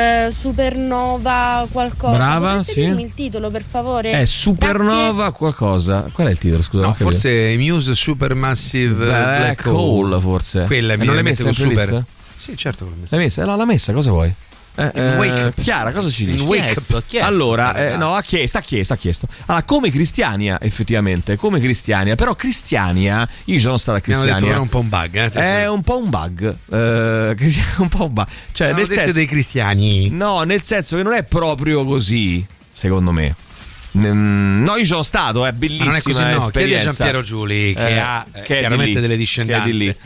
Supernova qualcosa. Brava, potreste dirmi il titolo, per favore? Supernova qualcosa. Qual è il titolo? Scusa, forse Muse Supermassive Black Hole, forse. Quella non l'hai messa con super. Sì, certo che l'ho messa. L'hai messa? No, l'ha messa, cosa vuoi? Chiara, cosa ci dici? Allora, ha chiesto. Allora, come Cristiania, effettivamente, però Cristiania, io sono stato a Cristiania. Era un po' un bug, È un po' un bug. Un po' un bug. Cioè, nel senso dei cristiani. No, nel senso che non è proprio così, secondo me. No, io sono stato, è bellissima. Ma non è così, no. Chiedi a Giampiero Giuli, che ha chiaramente delle discendenze.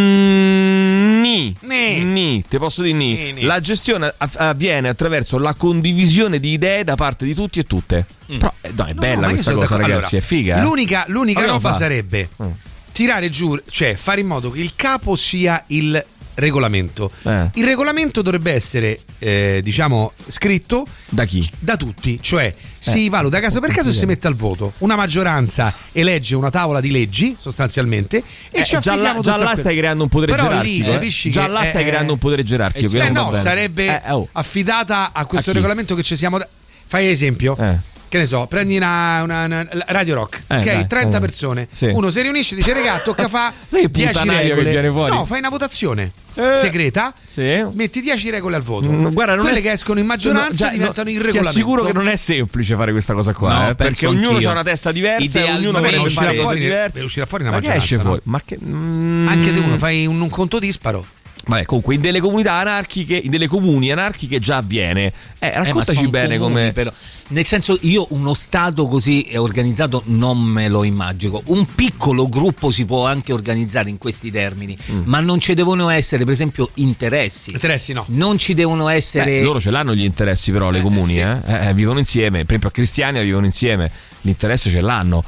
Ti posso dire ni. La gestione avviene attraverso la condivisione di idee da parte di tutti e tutte. Però è bella questa cosa, ragazzi, è figa. L'unica roba sarebbe tirare giù, cioè fare in modo che il capo sia il regolamento. Il regolamento dovrebbe essere scritto da chi? Da tutti, cioè si valuta caso per caso e si mette al voto. Una maggioranza elegge una tavola di leggi sostanzialmente e ci affidiamo già là stai creando un potere gerarchico. Già là stai creando un potere gerarchico. Sarebbe affidata a questo regolamento che ci siamo. Fai esempio. Che ne so, prendi una Radio Rock, ok? 30 persone. Uno si riunisce e dice: regà, tocca fa 10 regole. No, fai una votazione segreta, metti 10 regole al voto. Guarda, quelle che escono in maggioranza diventano il regolamento. Ti assicuro che non è semplice fare questa cosa qua, perché ognuno ha una testa diversa e ognuno vorrebbe fare cose diverse. Deve uscire fuori una maggioranza. Anche di uno fai un conto disparo. Vabbè, comunque in delle comunità anarchiche, in delle comuni anarchiche già avviene. Raccontaci bene come. Però, nel senso, io uno stato così organizzato non me lo immagino. Un piccolo gruppo si può anche organizzare in questi termini, ma non ci devono essere, per esempio, interessi. Interessi no. Non ci devono essere. Loro ce l'hanno gli interessi, però le comuni vivono insieme. Per esempio a Cristiania vivono insieme. L'interesse ce l'hanno.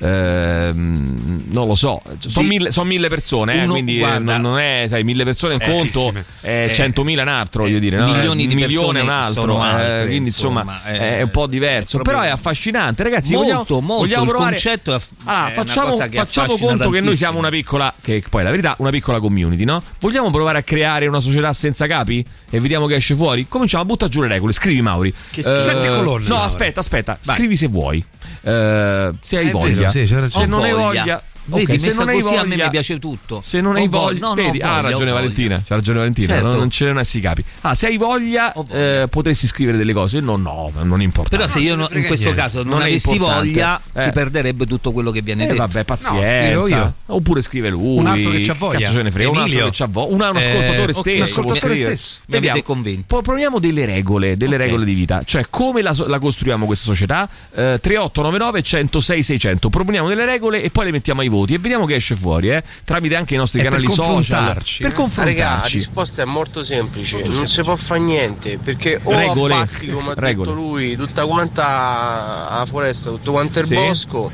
Non lo so, sono 1000 persone, quindi non è, sai, 1000 persone un conto, 100.000 un altro, voglio dire, no? Milioni di persone un altro, altre, quindi insomma è un po' diverso, però è affascinante, ragazzi. Molto vogliamo il provare. Concetto è facciamo conto che noi siamo una piccola, che poi è la verità, una piccola community, no? Vogliamo provare a creare una società senza capi e vediamo che esce fuori? Cominciamo a buttare giù le regole. Scrivi, Mauri. 7 colonne. No, aspetta. Scrivi se vuoi. Se hai voglia. Se non hai voglia, vedi, se non hai voglia, a me mi piace tutto. Se non hai voglia, vedi, ha ragione Valentina. C'ha ragione Valentina. Certo. Non ce ne si capi. Se hai voglia, potresti scrivere delle cose. No, non importa. Però se io in questo caso non avessi voglia, si perderebbe tutto quello che viene detto. Vabbè, pazienza. Oppure scrive lui. Un altro che c'ha voglia. Cazzo ce ne frega. Un altro che c'ha voglia. Un ascoltatore stesso. Mi avete convinto. Proviamo delle regole di vita. Cioè, come la costruiamo questa società? 3899 106 600. Proponiamo delle regole e poi le mettiamo ai voti. voti e vediamo che esce fuori, tramite anche i nostri canali social. Per confrontarci. Raga, la risposta è molto semplice, non si può fare niente, perché o abbatti, come ha detto lui, tutta quanta la foresta, tutto quanto il bosco,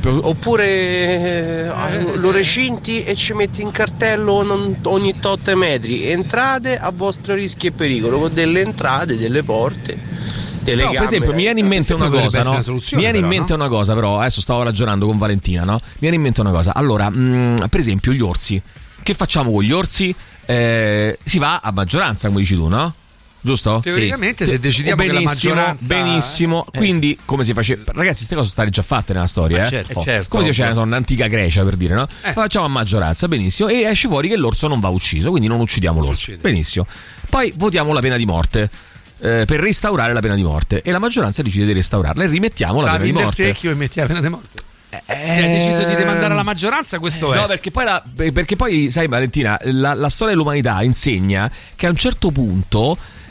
oppure lo recinti e ci metti in cartello ogni tot metri, entrate a vostro rischio e pericolo, con delle entrate, delle porte. No, per esempio mi viene in mente una cosa, no? Mi viene in mente una cosa, però adesso stavo ragionando con Valentina, no? Mi viene in mente una cosa. Allora, per esempio gli orsi. Che facciamo con gli orsi? Si va a maggioranza, come dici tu, no? Giusto? Teoricamente se decidiamo che la maggioranza benissimo, quindi come si faceva? Ragazzi, queste cose sono state già fatte nella storia, certo, come si faceva in antica Grecia, per dire, no? Facciamo a maggioranza, benissimo, e esce fuori che l'orso non va ucciso, quindi non uccidiamo l'orso. Benissimo. Poi votiamo la pena di morte. Per restaurare la pena di morte, e la maggioranza decide di restaurarla e rimettiamo la pena di morte. Secchio e metti la pena di morte. Se hai deciso di demandare alla maggioranza, questo è. No, perché poi sai, Valentina, la storia dell'umanità insegna che a un certo punto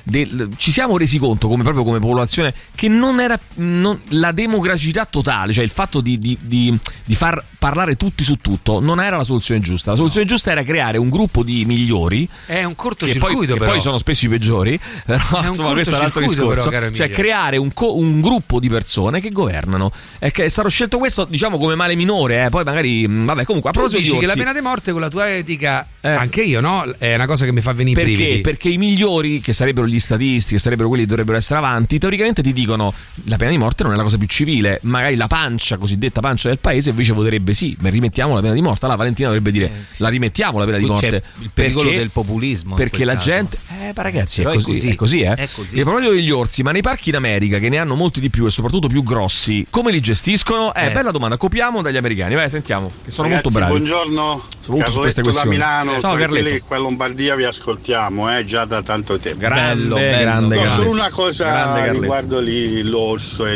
ci siamo resi conto, proprio come popolazione, che non era la democraticità totale, cioè il fatto di far parlare tutti su tutto, non era la soluzione giusta. La soluzione giusta era creare un gruppo di migliori. È un cortocircuito, che poi sono spesso i peggiori, però insomma questo è un altro discorso, però, cioè creare un gruppo di persone che governano. È stato scelto questo, diciamo, come male minore, poi magari vabbè, comunque a proposito dici che la pena di morte, con la tua etica, anche io, no? È una cosa che mi fa venire i brividi. Perché i migliori, che sarebbero gli statisti, che sarebbero quelli che dovrebbero essere avanti, teoricamente ti dicono la pena di morte non è la cosa più civile, magari la cosiddetta pancia del paese invece voterebbe sì, ma rimettiamo la pena di morte. Allora Valentina dovrebbe dire la rimettiamo la pena di morte. C'è il pericolo del populismo, perché la gente ma ragazzi è così. E a proposito degli orsi, ma nei parchi in America, che ne hanno molti di più e soprattutto più grossi, come li gestiscono? Bella domanda, copiamo dagli americani, vai, sentiamo, che sono ragazzi, molto bravi. Buongiorno, Carletto da Milano. Ciao, quelli che qua in Lombardia vi ascoltiamo già da tanto tempo. Grande. Solo una cosa riguardo lì l'orso e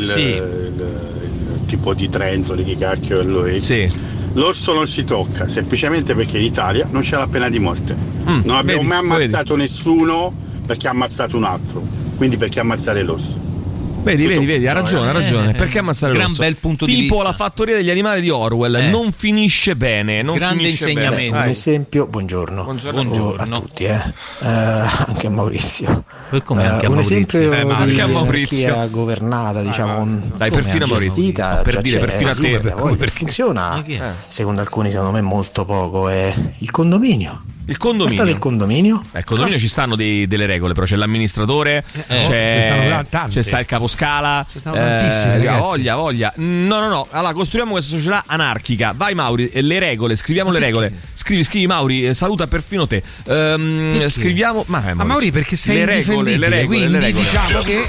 il tipo di Trento, di chi cacchio è lui. L'orso non si tocca, semplicemente perché in Italia non c'è la pena di morte. Non abbiamo mai ammazzato nessuno perché ha ammazzato un altro. Quindi perché ammazzare l'orso? Vedi, ha ragione. Perché ammazzare l'orso? Gran bel punto di vista. Tipo La fattoria degli animali di Orwell, non finisce bene. Grande insegnamento. Un esempio, buongiorno a tutti, anche a Maurizio. Come anche a un Maurizio? Esempio di chi ha governata, diciamo, dai, perfino gestita, per dire perfino a te, perché funziona, secondo alcuni secondo me molto poco, è il condominio. Il condominio. Del condominio. Il condominio ci stanno delle regole, però c'è l'amministratore, c'è sta il caposcala. Ci stanno tantissimi, voglia. No. Allora costruiamo questa società anarchica. Vai Mauri, le regole, scriviamo le regole. Scrivi Mauri, saluta perfino te. Scriviamo. Ma Mauri, perché sei indifendibile, le regole. Diciamo che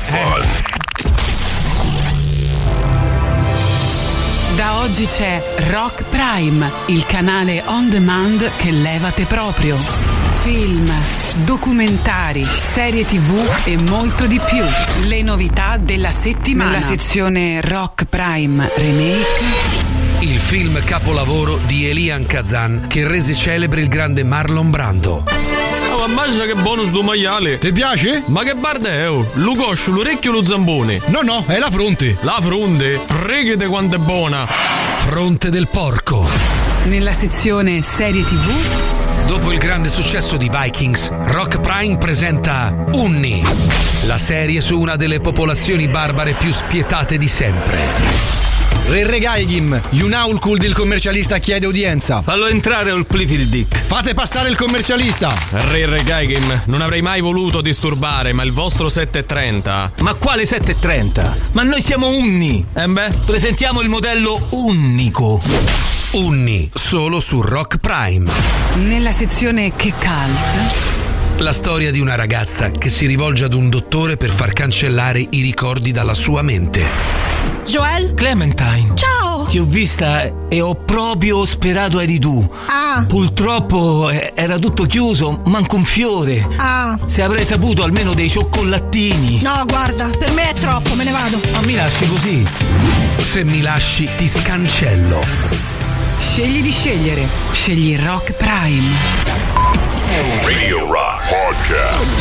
Da oggi c'è Rock Prime, il canale on demand che levate proprio. Film, documentari, serie TV e molto di più. Le novità della settimana. Nella sezione Rock Prime Remake, il film capolavoro di Elian Kazan che rese celebre il grande Marlon Brando. Oh, ammazza che buono sto maiale! Ti piace? Ma che bardeo! Lo coscio, l'orecchio, lo zambone! No, è la fronte! La fronte? Freghete quanto è buona! Fronte del porco! Nella sezione serie TV, dopo il grande successo di Vikings, Rock Prime presenta Unni, la serie su una delle popolazioni barbare più spietate di sempre. Re Regaigim, Yunaulkuld il commercialista chiede udienza. Fallo entrare ol Plifildick. Fate passare il commercialista. Re Regaigim, non avrei mai voluto disturbare, ma il vostro 7.30. Ma quale 7.30? Ma noi siamo Unni. Presentiamo il modello unico. Unni, solo su Rock Prime. Nella sezione Che Cult, la storia di una ragazza che si rivolge ad un dottore per far cancellare i ricordi dalla sua mente. Joel? Clementine. Ciao! Ti ho vista e ho proprio sperato eri tu. Purtroppo era tutto chiuso, manco un fiore. Se avrei saputo almeno dei cioccolatini. No, guarda, per me è troppo, me ne vado. Ma mi lasci così? Se mi lasci ti scancello. Scegli di scegliere. Scegli Rock Prime. Radio Rock Podcast. Kid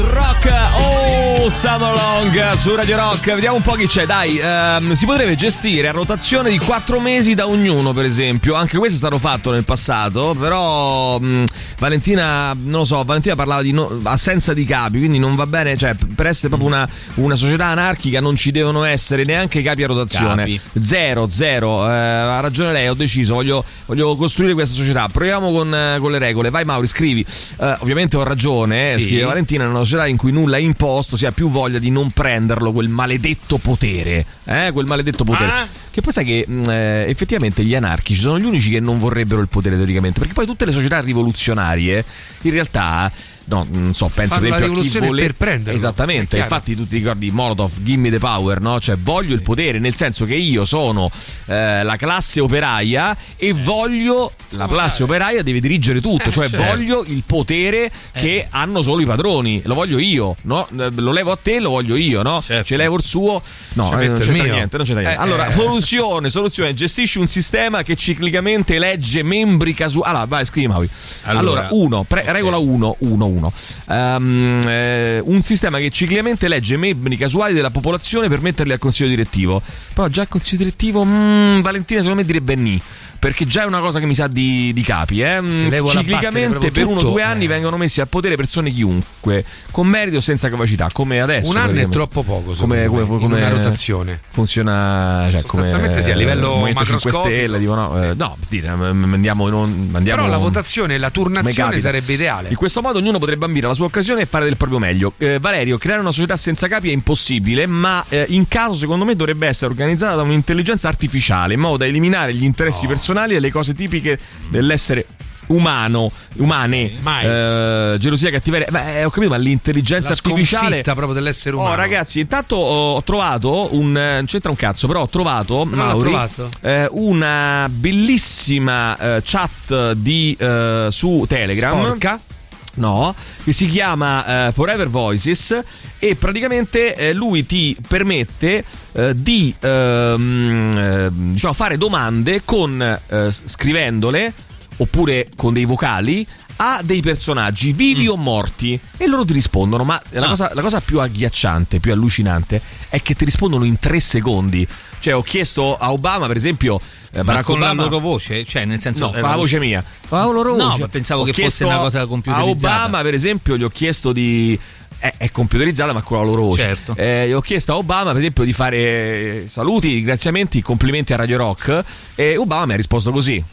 Rock, oh Summer Long su Radio Rock. Vediamo un po' chi c'è, dai. Si potrebbe gestire a rotazione di 4 mesi da ognuno, per esempio. Anche questo è stato fatto nel passato, però Valentina, non lo so, Valentina parlava di assenza di capi, quindi non va bene, cioè per essere proprio una società anarchica non ci devono essere neanche i capi a rotazione. Zero. Ha ragione lei, ho deciso, voglio costruire questa società. Proviamo con le regole. Vai Mauri, scrivi. Ovviamente ho ragione, scrive Valentina, in una società in cui nulla è imposto si ha più voglia di non prenderlo quel maledetto potere, che poi sai che effettivamente gli anarchici sono gli unici che non vorrebbero il potere teoricamente, perché poi tutte le società rivoluzionarie in realtà non so, penso per esempio a chi vuole per prenderlo. Esattamente, infatti tu ti ricordi Molotov, Gimme the Power, no? Cioè voglio il potere, nel senso che io sono la classe operaia e voglio la classe operaia deve dirigere tutto, cioè voglio il potere che hanno solo i padroni, lo voglio io, no? Lo levo a te, lo voglio io, no? Ce levo il suo, no, non c'entra niente. Allora, soluzione, gestisci un sistema che ciclicamente elegge membri casuali. Allora, vai, scrivi Maui. Allora, regola 1. Un sistema che ciclicamente elegge membri casuali della popolazione per metterli al consiglio direttivo. Però già il consiglio direttivo Valentina secondo me direbbe ni, perché già è una cosa che mi sa di capi, ciclicamente per 1 o 2 anni vengono messi al potere persone chiunque, con merito o senza capacità, come adesso. Un anno è troppo poco, come una rotazione funziona, cioè sostanzialmente come sì, a livello Movimento 5 Stelle dicono mandiamo però la votazione, la turnazione sarebbe ideale. In questo modo ognuno potrebbe ambire alla sua occasione e fare del proprio meglio. Valerio, creare una società senza capi è impossibile, ma in caso secondo me dovrebbe essere organizzata da un'intelligenza artificiale in modo da eliminare gli interessi personali e le cose tipiche dell'essere umane, gelosia, cattiveria. Ho capito, ma l'intelligenza artificiale proprio dell'essere umano. Ragazzi, intanto ho trovato non c'entra un cazzo, però ho trovato Mauri, una bellissima chat su Telegram. Sporca? No, che si chiama Forever Voices, e praticamente lui ti permette di fare domande scrivendole oppure con dei vocali a dei personaggi vivi o morti, e loro ti rispondono. Ma la cosa più agghiacciante, più allucinante è che ti rispondono in 3 secondi. Cioè ho chiesto a Obama, per esempio, Barack Obama, la loro voce, cioè nel senso la voce mia, la loro voce. No, pensavo che fosse una cosa computerizzata. A Obama, per esempio, gli ho chiesto di è computerizzata ma con la loro voce. Certo. Gli ho chiesto a Obama, per esempio, di fare saluti, ringraziamenti, complimenti a Radio Rock, e Obama mi ha risposto così.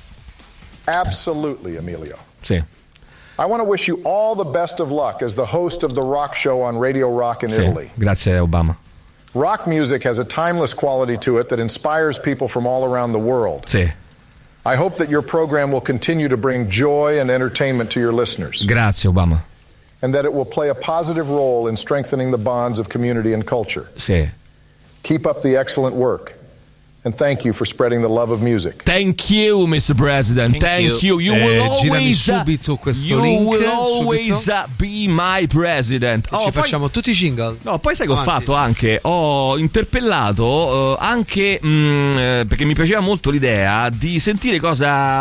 Absolutely, Emilio. Sì. I want to wish you all the best of luck as the host of the Rock Show on Radio Rock in Italy. Grazie Obama. Rock music has a timeless quality to it that inspires people from all around the world. Sì. I hope that your program will continue to bring joy and entertainment to your listeners. Grazie Obama. And that it will play a positive role in strengthening the bonds of community and culture. Sì. Keep up the excellent work. And thank you for spreading the love of music. Thank you, Mr. President. Thank you. You will always subito questo link. Will always be my president. Ci facciamo tutti i jingle. No, poi sai che ho fatto anche? Ho interpellato anche perché mi piaceva molto l'idea di sentire cosa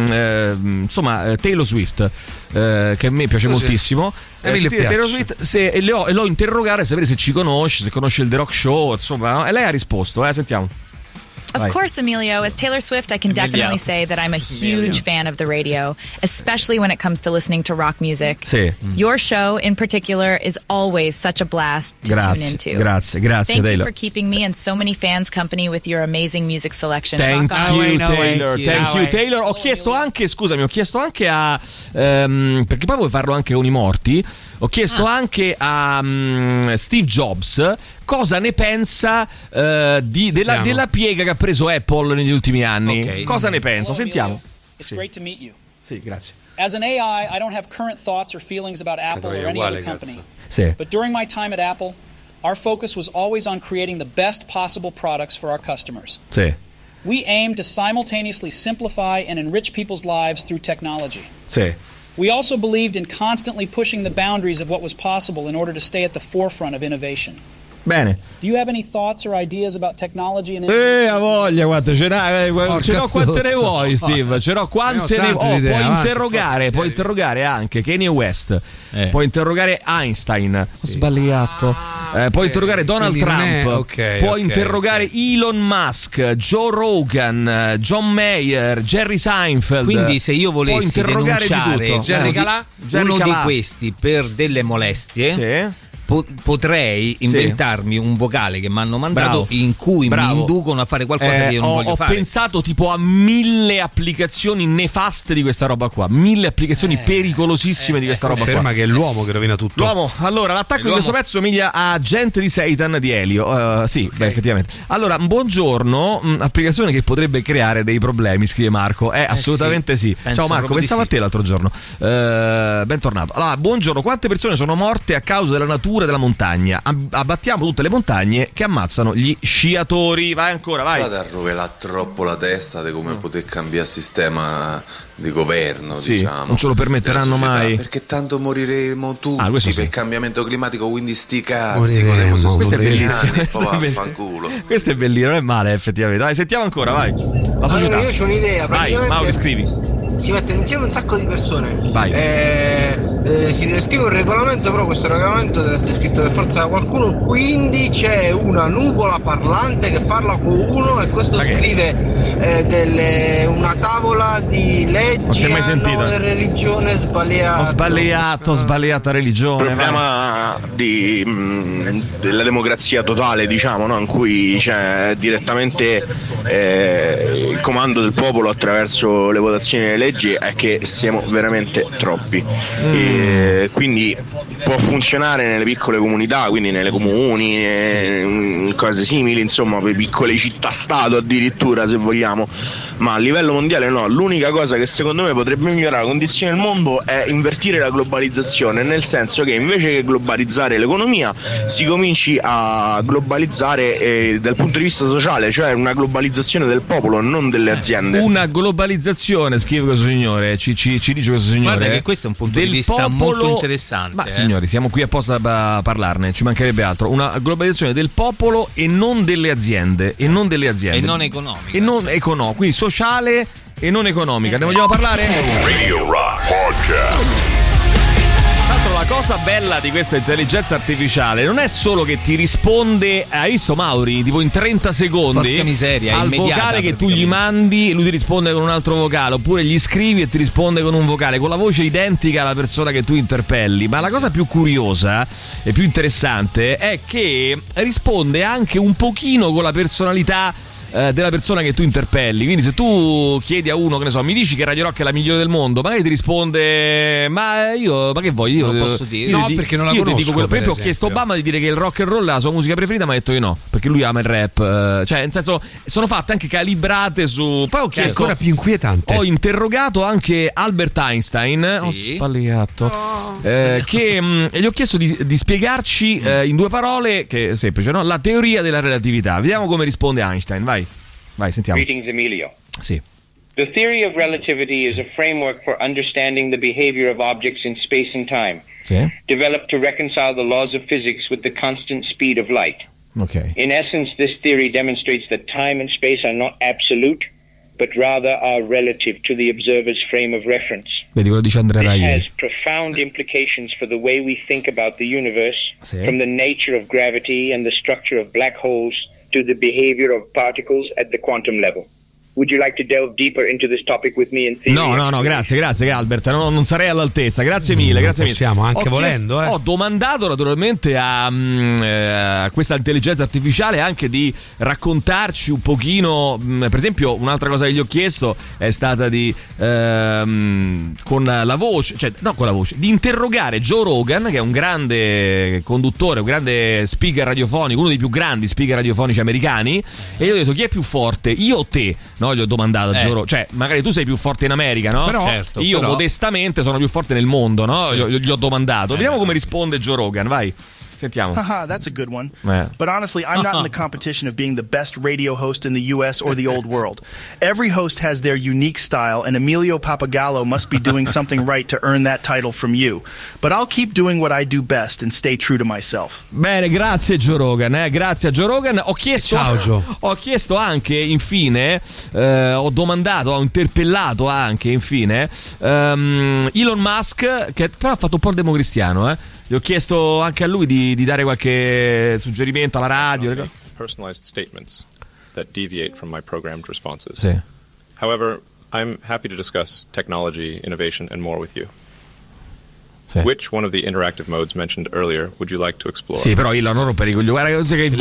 Taylor Swift, che a me piace moltissimo. Taylor Swift, e l'ho interrogata a sapere se ci conosce, se conosce il The Rock Show, insomma, no? E lei ha risposto, sentiamo. Of course, Emilio. As Taylor Swift, I can definitely say that I'm a huge fan of the radio, especially when it comes to listening to rock music. Sì. Your show, in particular, is always such a blast to tune into. Grazie, Thank Taylor. you for keeping me and so many fans company with your amazing music selection. Thank you, Taylor. Ho chiesto anche a perché poi vuoi farlo anche con i morti. Ho chiesto anche a Steve Jobs cosa ne pensa della piega che ha preso Apple negli ultimi anni. Okay. Cosa ne pensa? Sentiamo. It's great to meet you. Sì, grazie. As an AI, I don't have current thoughts or feelings about Apple or any other company. Sì. But during my time at Apple, our focus was always on creating the best possible products for our customers. Sì. We aim to simultaneously simplify and enrich people's lives through technology. Sì. We also believed in constantly pushing the boundaries of what was possible in order to stay at the forefront of innovation. Bene. Do you have any thoughts or ideas about technology and a voglia, guarda, ce n'ho quante ne vuoi, Steve? Ce n'ho quante ne vuoi. Puoi interrogare anche Kanye West, puoi interrogare Einstein, ho sbagliato. Puoi interrogare Donald Trump, puoi interrogare Elon Musk, Joe Rogan, John Mayer, Jerry Seinfeld. Quindi se io volessi denunciare uno di questi per delle molestie, potrei inventarmi un vocale che mi hanno mandato in cui mi inducono a fare qualcosa che io non voglio fare. Ho pensato tipo a 1000 applicazioni nefaste di questa roba qua, 1000 applicazioni pericolosissime di questa roba qua. Conferma che è l'uomo che rovina tutto. L'uomo. Allora, l'attacco di questo pezzo somiglia a Gente di Satan di Elio. Effettivamente. Allora, buongiorno, applicazione che potrebbe creare dei problemi, scrive Marco. Assolutamente sì. Ciao Marco, pensavo a te l'altro giorno. Bentornato. Allora, buongiorno, quante persone sono morte a causa della natura della montagna? Abbattiamo tutte le montagne che ammazzano gli sciatori. Vai ancora, vai. Vado a rovelare troppo la testa di come poter cambiare sistema di governo, diciamo. Non ce lo permetteranno mai. Perché tanto moriremo tutti per il cambiamento climatico, quindi sti cazzi. Questo è bellissimo. Vaffanculo. Questo è bellissimo, non è male effettivamente. Vai, sentiamo ancora, vai. La società. Allora, io c'ho un'idea. Vai, Mauri, scrivi. Si mettono insieme un sacco di persone. Vai. Si deve scrivere un regolamento, però questo regolamento deve essere scritto per forza da qualcuno, quindi c'è una nuvola parlante che parla con uno e questo scrive una tavola di leggi e religione sbagliata. Sbagliata religione. Il problema della democrazia totale, diciamo, no? In cui c'è direttamente il comando del popolo attraverso le votazioni delle leggi, è che siamo veramente troppi. Quindi può funzionare nelle piccole comunità, quindi nelle comuni, cose simili, insomma, per piccole città-stato addirittura, se vogliamo, ma a livello mondiale no. L'unica cosa che secondo me potrebbe migliorare la condizione del mondo è invertire la globalizzazione, nel senso che invece che globalizzare l'economia si cominci a globalizzare dal punto di vista sociale, cioè una globalizzazione del popolo, non delle aziende. Una globalizzazione, scrive questo signore, ci dice questo signore. Guarda che questo è un punto di vista molto interessante. Ma signori, siamo qui apposta a parlarne, ci mancherebbe altro. Una globalizzazione del popolo e non delle aziende. E non economica. E non economica, quindi sociale e non economica. Ne vogliamo parlare? Radio Rock Podcast. La cosa bella di questa intelligenza artificiale non è solo che ti risponde, hai visto Mauri, tipo in 30 secondi, porca miseria, al vocale che tu gli mandi, lui ti risponde con un altro vocale, oppure gli scrivi e ti risponde con un vocale con la voce identica alla persona che tu interpelli. Ma la cosa più curiosa e più interessante è che risponde anche un pochino con la personalità della persona che tu interpelli. Quindi se tu chiedi a uno, che ne so, mi dici che Radio Rock è la migliore del mondo, magari ti risponde ma che vuoi? Io non lo posso dire. No, perché non la conosco. Io ti dico quello, per esempio ho chiesto a Obama di dire che il rock and roll è la sua musica preferita, ma ha detto che no, perché lui ama il rap. Cioè, nel senso, sono fatte anche calibrate su. Poi ho chiesto, è ancora più inquietante. Ho interrogato anche Albert Einstein, ho sbagliato, che gli ho chiesto di spiegarci in due parole, che è semplice, no? La teoria della relatività. Vediamo come risponde Einstein, vai. Vai, sentiamo. Greetings, Emilio. Sì. The theory of relativity is a framework for understanding the behavior of objects in space and time, developed to reconcile the laws of physics with the constant speed of light. Okay. In essence, this theory demonstrates that time and space are not absolute, but rather are relative to the observer's frame of reference. Vedi, quello dice Andrea Rai. This has profound implications for the way we think about the universe, from the nature of gravity and the structure of black holes to the behavior of particles at the quantum level. Would you like to delve deeper into this topic with me in theory? No, grazie Albert, non sarei all'altezza, grazie mille. Possiamo anche volendo. Ho domandato naturalmente a questa intelligenza artificiale anche di raccontarci un pochino, per esempio un'altra cosa che gli ho chiesto è stata di con la voce, di interrogare Joe Rogan, che è un grande conduttore, un grande speaker radiofonico, uno dei più grandi speaker radiofonici americani, e gli ho detto chi è più forte, io o te? No, gli ho domandato a Joe Rogan, cioè magari tu sei più forte in America, no? Però, modestamente sono più forte nel mondo, no? Gli ho domandato. Vediamo come risponde Joe Rogan, vai. Sentiamo. Haha, that's a good one. But honestly, I'm not in the competition of being the best radio host in the US or the old world. Every host has their unique style, and Emilio Papagallo must be doing something right to earn that title from you. But I'll keep doing what I do best and stay true to myself. Bene, grazie Joe Rogan, grazie a Joe Rogan. Ho chiesto anche, infine, ho interpellato anche, infine, Elon Musk, che però ha fatto un po' il democristiano, Gli ho chiesto anche a lui di dare qualche suggerimento alla radio. Personalized statements that deviate from my programmed responses. Sì. However, I'm happy to discuss technology, innovation, and more with you. Which one of the interactive modes mentioned earlier would you like to explore? Sì, però io non rompere i coglioni. Guarda che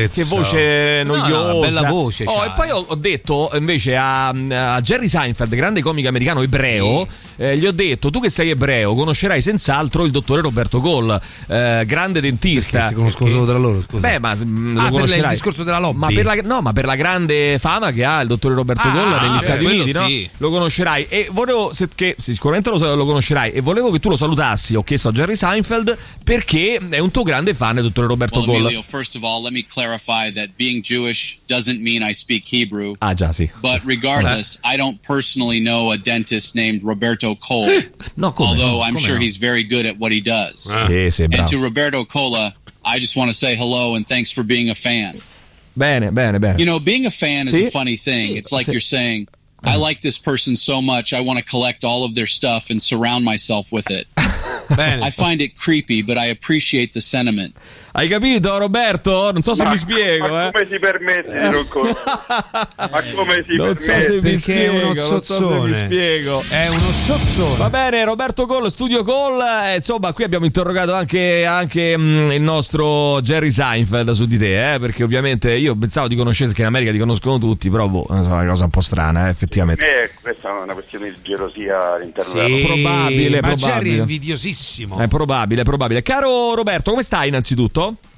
voce noiosa. Bella voce. E poi ho detto invece a Jerry Seinfeld, grande comico americano ebreo, gli ho detto: tu che sei ebreo conoscerai senz'altro il dottore Roberto Cole, grande dentista. Perché si conoscono solo tra loro, scusa. Beh, ma lo conoscerai. Per il discorso della lobby. Ma per la grande fama che ha il dottore Roberto Cole negli Stati Uniti, no? Lo conoscerai. E volevo sicuramente lo conoscerai. E volevo che tu lo salutassi. Ho chiesto a Jerry Seinfeld perché è un tuo grande fan, il dottore Roberto Cole. Emilio, first of all, let me clarify that being Jewish doesn't mean I speak Hebrew. Ah, già, sì. But regardless, I don't personally know a dentist named Roberto Cole. Although I'm sure he's very good at what he does. Sì, bravo. And to Roberto Cola, I just want to say hello and thanks for being a fan. Bene. You know, being a fan is a funny thing. It's like you're saying, I like this person so much, I want to collect all of their stuff and surround myself with it. I find it creepy, but I appreciate the sentiment. Hai capito, Roberto? Non so se mi spiego. Ma come si permette di non Ma come si non permette? So se mi spiego, non so se mi spiego. È uno zozzone. Va bene, Roberto Cole, Studio Cole. Insomma, qui abbiamo interrogato anche il nostro Jerry Seinfeld su di te, perché ovviamente io pensavo di conoscere, che in America ti conoscono tutti, però è una cosa un po' strana, effettivamente. Questa è una questione di gelosia all'interno della probabile. Jerry è invidiosissimo. È probabile. Caro Roberto, come stai innanzitutto?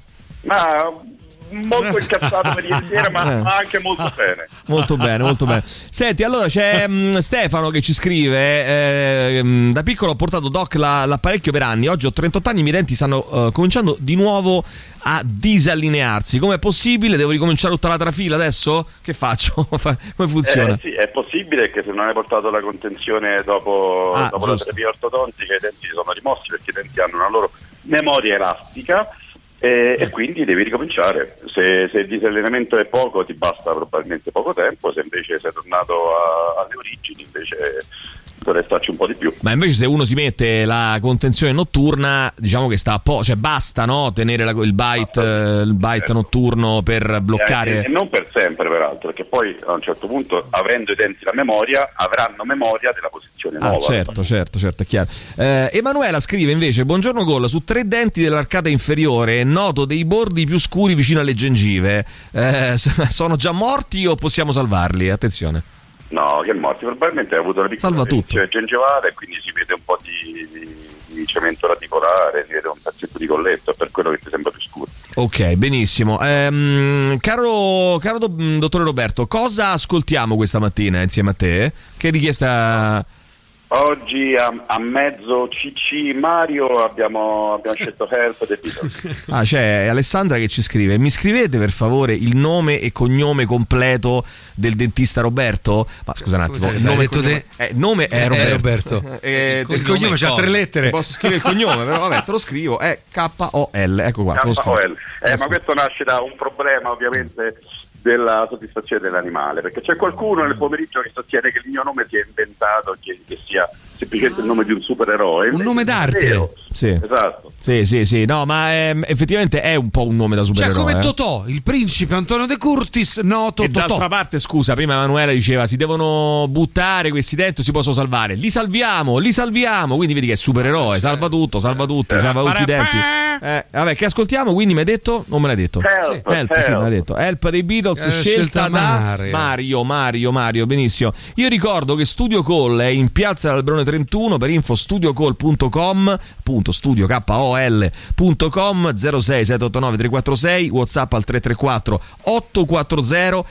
Ma molto incazzato per ieri sera, ma anche molto bene. Molto bene. Senti, allora c'è Stefano che ci scrive: da piccolo ho portato Doc l'apparecchio per anni, oggi ho 38 anni, i miei denti stanno cominciando di nuovo a disallinearsi. Com'è possibile? Devo ricominciare tutta la trafila adesso? Che faccio? Come funziona? Sì, è possibile che se non hai portato la contenzione dopo la terapia ortodontica i denti si sono rimossi, perché i denti hanno una loro memoria elastica. E quindi devi ricominciare. Se il disallineamento è poco, ti basta probabilmente poco tempo. Se invece sei tornato alle origini, invece dovrei starci un po' di più. Ma invece se uno si mette la contenzione notturna, diciamo che sta a po', cioè basta, no? Tenere il bite notturno per bloccare. E non per sempre, peraltro, perché poi a un certo punto, avendo i denti la memoria, avranno memoria della posizione nuova. Certo, è chiaro. Emanuela scrive invece: buongiorno Gol, su 3 denti dell'arcata inferiore noto dei bordi più scuri vicino alle gengive. Sono già morti o possiamo salvarli? Attenzione. No, che morti, probabilmente hai avuto una piccola infezione gengivale, quindi si vede un po' di cemento radicolare, si vede un pezzetto di colletto, per quello che ti sembra più scuro. Ok, benissimo. Caro dottore Roberto, cosa ascoltiamo questa mattina insieme a te? Che richiesta? Oggi a mezzo CC Mario abbiamo scelto Help dei Beatles. C'è Alessandra che ci scrive: mi scrivete per favore il nome e cognome completo del dentista Roberto? Ma scusa un attimo, il nome è Roberto. Il cognome c'ha 3 lettere. Posso scrivere il cognome, però vabbè, te lo scrivo, è KOL, ecco qua. KOL. Ma questo nasce da un problema, ovviamente, della soddisfazione dell'animale, perché c'è qualcuno nel pomeriggio che sostiene che il mio nome sia inventato, che sia semplicemente il nome di un supereroe, un nome d'arte. Sì. Esatto. Sì, no, ma effettivamente è un po' un nome da supereroe. Cioè come Totò, il principe Antonio De Curtis, noto e Totò. D'altra parte, scusa, prima Emanuela diceva si devono buttare questi denti, si possono salvare. Li salviamo, quindi vedi che è supereroe, salva tutto, salva tutti i denti. Vabbè, che ascoltiamo? Quindi mi hai detto? Non me l'hai detto. Help. Sì, me l'hai detto. Help dei Beatles, scelta da Mario, benissimo. Io ricordo che Studio Call è in piazza dell'Alberone 31, per info studiocall.com, appunto studio KOL.com, 06 789 346, WhatsApp al 334 840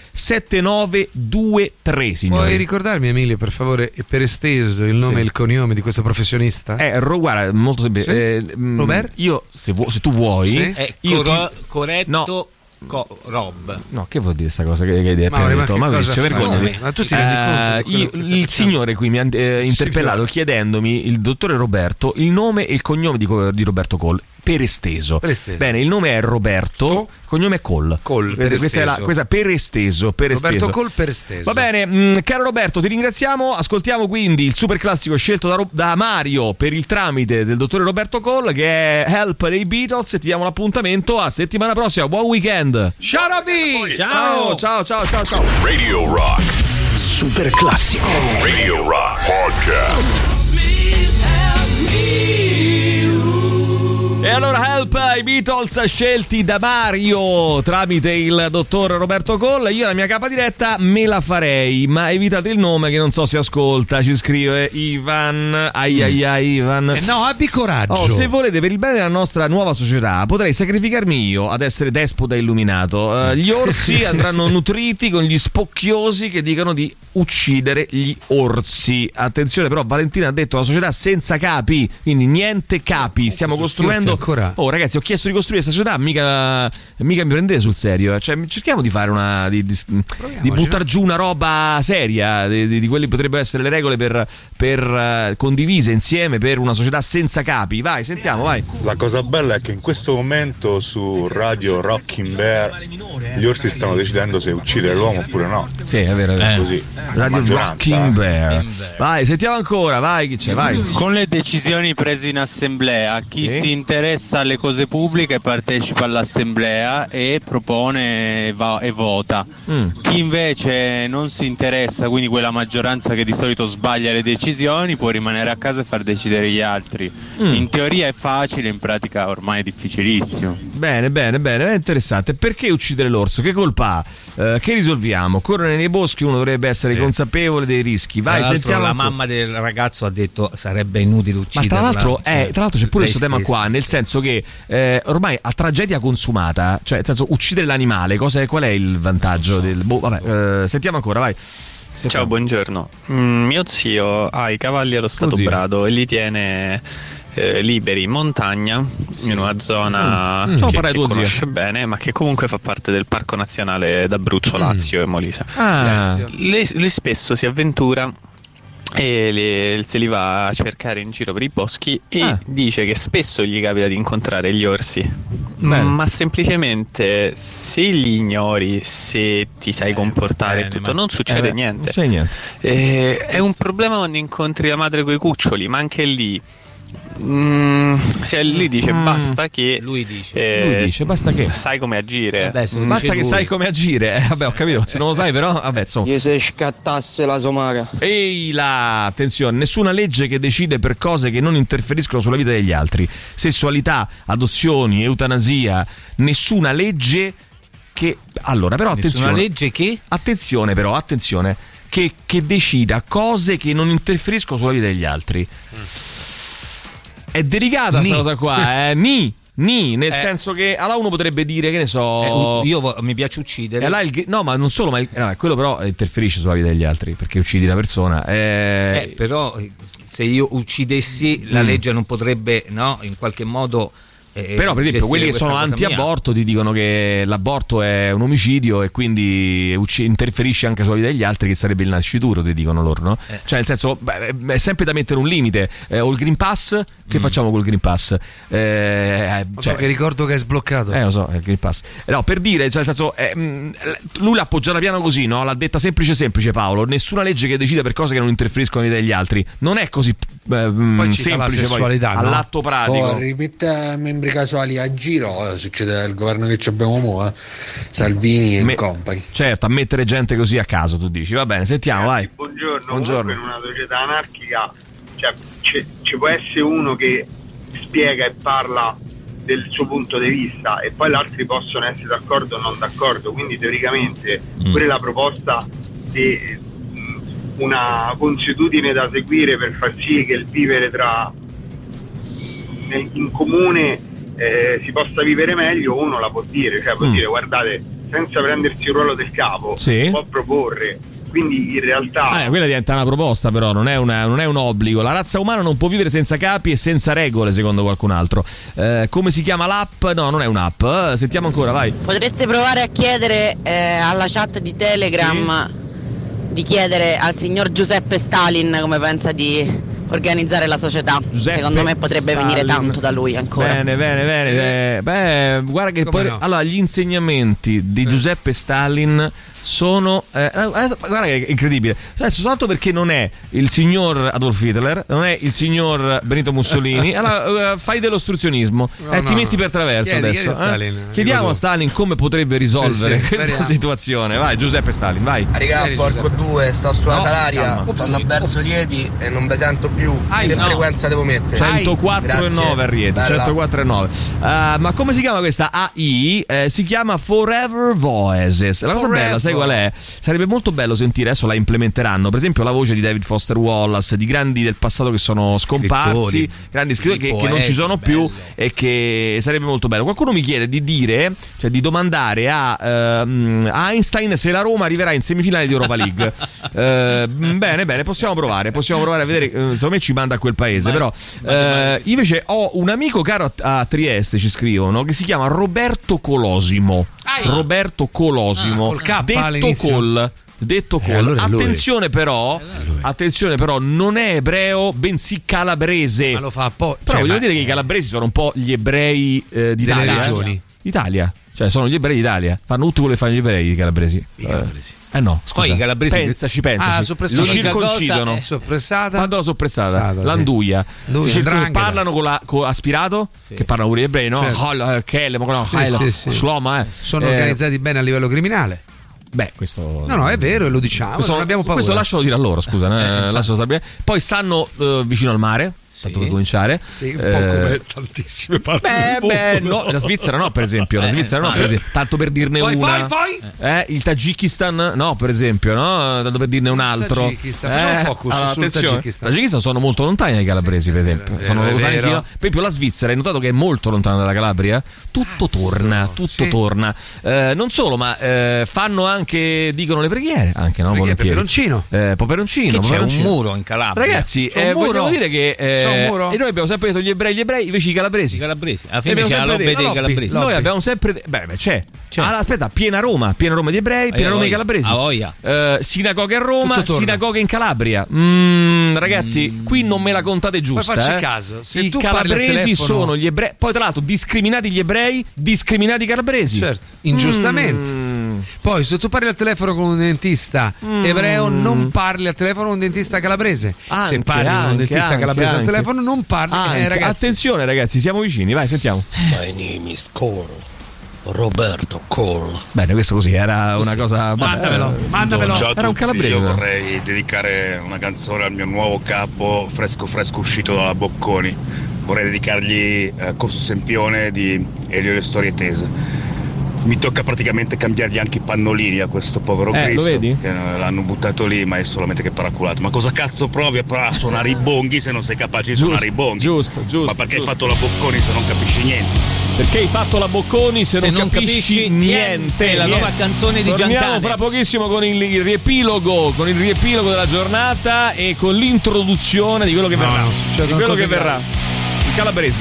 7923. Signori, puoi ricordarmi, Emilio, per favore, per esteso il nome e il cognome di questo professionista? Guarda, molto semplice. Sì? Robert? Io se tu vuoi, sì? Corretto. Rob. No, che vuol dire sta cosa che hai appena detto? Maurizio, vergognati. Ma tu ti rendi conto? Il signore qui mi ha interpellato chiedendomi, il dottore Roberto, il nome e il cognome di Roberto Cole. Per esteso. Bene, il nome è Roberto, il cognome è Cole. Questa per esteso. Roberto Cole per esteso. Va bene, caro Roberto, ti ringraziamo. Ascoltiamo quindi il super classico scelto da Mario per il tramite del dottore Roberto Cole, che è Help dei Beatles, e ti diamo l'appuntamento a settimana prossima. Buon weekend. Ciao Roby! Ciao. Radio Rock. Super classico. Radio Rock Podcast. E allora Help ai Beatles scelti da Mario tramite il dottor Roberto Cole. Io la mia capa diretta me la farei, ma evitate il nome che non so se ascolta. Ci scrive Ivan. Ivan. No, abbi coraggio. Se volete, per il bene della nostra nuova società, potrei sacrificarmi io ad essere despota illuminato. Gli orsi andranno nutriti con gli spocchiosi che dicono di uccidere gli orsi. Attenzione però, Valentina ha detto una società senza capi, quindi niente capi. Stiamo costruendo ancora. Oh ragazzi, ho chiesto di costruire questa società, mica mi prendete sul serio. Cioè, cerchiamo di fare di buttare giù una roba seria, di quelle che potrebbero essere le regole per condivise insieme per una società senza capi. Vai, sentiamo, vai. La cosa bella è che in questo momento su Radio Rocking Bear gli orsi stanno decidendo se uccidere l'uomo oppure no. Sì, è vero. Così. Radio Rocking Bear. Vai, sentiamo ancora, vai, chi c'è, vai. Con le decisioni prese in assemblea, chi si interessa alle cose pubbliche partecipa all'assemblea e propone e vota. Chi invece non si interessa, quindi quella maggioranza che di solito sbaglia le decisioni, può rimanere a casa e far decidere gli altri. In teoria è facile, in pratica ormai è difficilissimo. Bene, è interessante. Perché uccidere l'orso? Che colpa ha? Che risolviamo? Correre nei boschi, uno dovrebbe essere consapevole dei rischi. Vai, sentiamo. La mamma del ragazzo ha detto sarebbe inutile uccidere. Ma tra l'altro c'è pure questo tema qua, nel senso che ormai a tragedia consumata, cioè nel senso uccidere l'animale, qual è il vantaggio del sentiamo ancora, vai. Ciao, buongiorno. Mio zio ha i cavalli allo stato brado e li tiene liberi in montagna, in una zona che conosce bene, ma che comunque fa parte del Parco Nazionale d'Abruzzo, Lazio e Molise. Lui spesso si avventura e se li va a cercare in giro per i boschi e dice che spesso gli capita di incontrare gli orsi, ma semplicemente se li ignori, se ti sai comportare tutto, non succede niente. È un problema quando incontri la madre coi cuccioli, ma anche lì lui dice basta che lui dice basta che sai come agire. Basta che sai come agire. Vabbè, ho capito, se non lo sai però vabbè, insomma. Gli se scattasse la somara. Ehi là, attenzione, nessuna legge che decide per cose che non interferiscono sulla vita degli altri. Sessualità, adozioni, eutanasia, nessuna legge che però attenzione. Nessuna legge che? Attenzione che decida cose che non interferiscono sulla vita degli altri. È delicata questa cosa qua, nel senso che allora uno potrebbe dire, che ne so, io mi piace uccidere. No, ma non solo, quello però interferisce sulla vita degli altri, perché uccidi una persona. Però se io uccidessi la legge non potrebbe, no, in qualche modo. Però per esempio quelli che sono anti-aborto ti dicono che l'aborto è un omicidio e quindi interferisce anche sulla vita degli altri, che sarebbe il nascituro, ti dicono loro, no? Cioè nel senso è sempre da mettere un limite. O il Green Pass, che facciamo col Green Pass? Che ricordo che è sbloccato. Lo so, è il Green Pass. No, per dire, cioè nel senso lui l'ha appoggiata piano così, no? L'ha detta semplice Paolo. Nessuna legge che decide per cose che non interferiscono nella vita degli altri. Non è così semplice la sessualità, poi, all'atto pratico. Ripete membri casuali a giro, succede al governo che abbiamo ora, Salvini e compagni. Certo, a mettere gente così a caso, tu dici. Va bene, sentiamo, vai. Buongiorno. In una società anarchica, cioè, ci può essere uno che spiega e parla del suo punto di vista e poi gli altri possono essere d'accordo o non d'accordo, quindi teoricamente pure la proposta di una consuetudine da seguire per far sì che il vivere in comune si possa vivere meglio, uno la può dire, cioè può dire guardate, senza prendersi il ruolo del capo, può proporre. Quindi in realtà quella diventa una proposta, però non è un obbligo. La razza umana non può vivere senza capi e senza regole, secondo qualcun altro. Come si chiama l'app? No, non è un'app. Sentiamo ancora, vai. Potreste provare a chiedere alla chat di Telegram di chiedere al signor Giuseppe Stalin come pensa di organizzare la società. Secondo me potrebbe venire tanto da lui ancora. Bene. Beh, guarda che poi allora gli insegnamenti di Giuseppe Stalin sono guarda che è incredibile. Soltanto perché non è il signor Adolf Hitler, non è il signor Benito Mussolini, allora fai dell'ostruzionismo ti metti per traverso adesso. Chiediamo a Stalin come potrebbe risolvere questa situazione. Vai Giuseppe Stalin, vai. Raga, porco due, sto sulla Salaria, stanno a Berzo Rieti e non vi sento più. Che frequenza devo mettere? 104,9 a Rieti, 104,9. Ma come si chiama questa AI? Si chiama Forever Voices. La cosa bella, sai qual è? Sarebbe molto bello sentire, adesso la implementeranno, per esempio la voce di David Foster Wallace, di grandi del passato che sono scomparsi, grandi scrittori che non ci sono più, e che sarebbe molto bello. Qualcuno mi chiede di dire, cioè di domandare a Einstein se la Roma arriverà in semifinale di Europa League. Bene, possiamo provare a vedere. Secondo me ci manda a quel paese, però invece ho un amico caro a Trieste, ci scrivono, che si chiama Roberto Colosimo. Roberto Colosimo, col K detto Col. Allora attenzione però, non è ebreo, bensì calabrese. Ma lo fa poi. Però voglio dire che i calabresi sono un po' gli ebrei d'Italia. Delle regioni. Italia. Cioè sono gli ebrei d'Italia. Fanno tutto quello che fanno gli ebrei, i calabresi. No, scusa. Poi i calabresi pensaci. Lo circoncidono. Soppressata. Fanno la soppressata. L'anduia. Parlano con aspirato, che parlano pure gli ebrei, no? Sono organizzati bene a livello criminale. Beh, questo no, è vero, e lo diciamo. Questo, non abbiamo paura. Questo lascialo dire a loro, scusa. Lascialo sapere. Poi stanno vicino al mare. Tanto per cominciare, un po' come tantissime parti del mondo. No, la Svizzera no, per esempio. Tanto per dirne una. Poi? Il Tagikistan, no, per esempio, no? Tanto per dirne un altro. Facciamo focus sul Tagikistan. Tagikistan sono molto lontani dai calabresi, per esempio. Sono lontani. Per esempio, la Svizzera, hai notato che è molto lontana dalla Calabria? Tutto torna. Non solo, ma fanno anche, dicono le preghiere, anche, no? Peperoncino. Che c'è un muro in Calabria. Ragazzi, vogliamo dire che e noi abbiamo sempre detto gli ebrei, invece i calabresi. Alla fine c'è la lobby dei calabresi. Noi abbiamo sempre c'è. Allora, aspetta, piena Roma di ebrei, piena Roma di calabresi. Sinagoghe a Roma, sinagoghe in Calabria. Ragazzi, qui non me la contate giusta. Poi facci caso, se i tu calabresi sono gli ebrei, poi tra l'altro discriminati gli ebrei, discriminati i calabresi. Certo, ingiustamente. Poi se tu parli al telefono con un dentista ebreo, non parli al telefono con un dentista calabrese. Se parli con un dentista calabrese al telefono, non parli. Ragazzi. Attenzione ragazzi, siamo vicini, vai, sentiamo. My name is Cole. Roberto Cole. Bene, questo così era una cosa. Mandamelo. Era un calabrese. Io vorrei dedicare una canzone al mio nuovo capo, fresco uscito dalla Bocconi. Vorrei dedicargli Corso Sempione di Elio Le Storie Tese. Mi tocca praticamente cambiargli anche i pannolini a questo povero Cristo, lo vedi? Che l'hanno buttato lì, ma è solamente che paraculato. Ma cosa cazzo provi a suonare i bonghi se non sei capace di suonare i bonghi? Giusto. Ma perché hai fatto la Bocconi se non capisci niente? Perché hai fatto la Bocconi se non capisci niente? È la nuova canzone di Giancane. Torniamo fra pochissimo con il riepilogo della giornata e con l'introduzione di quello che verrà. I calabresi.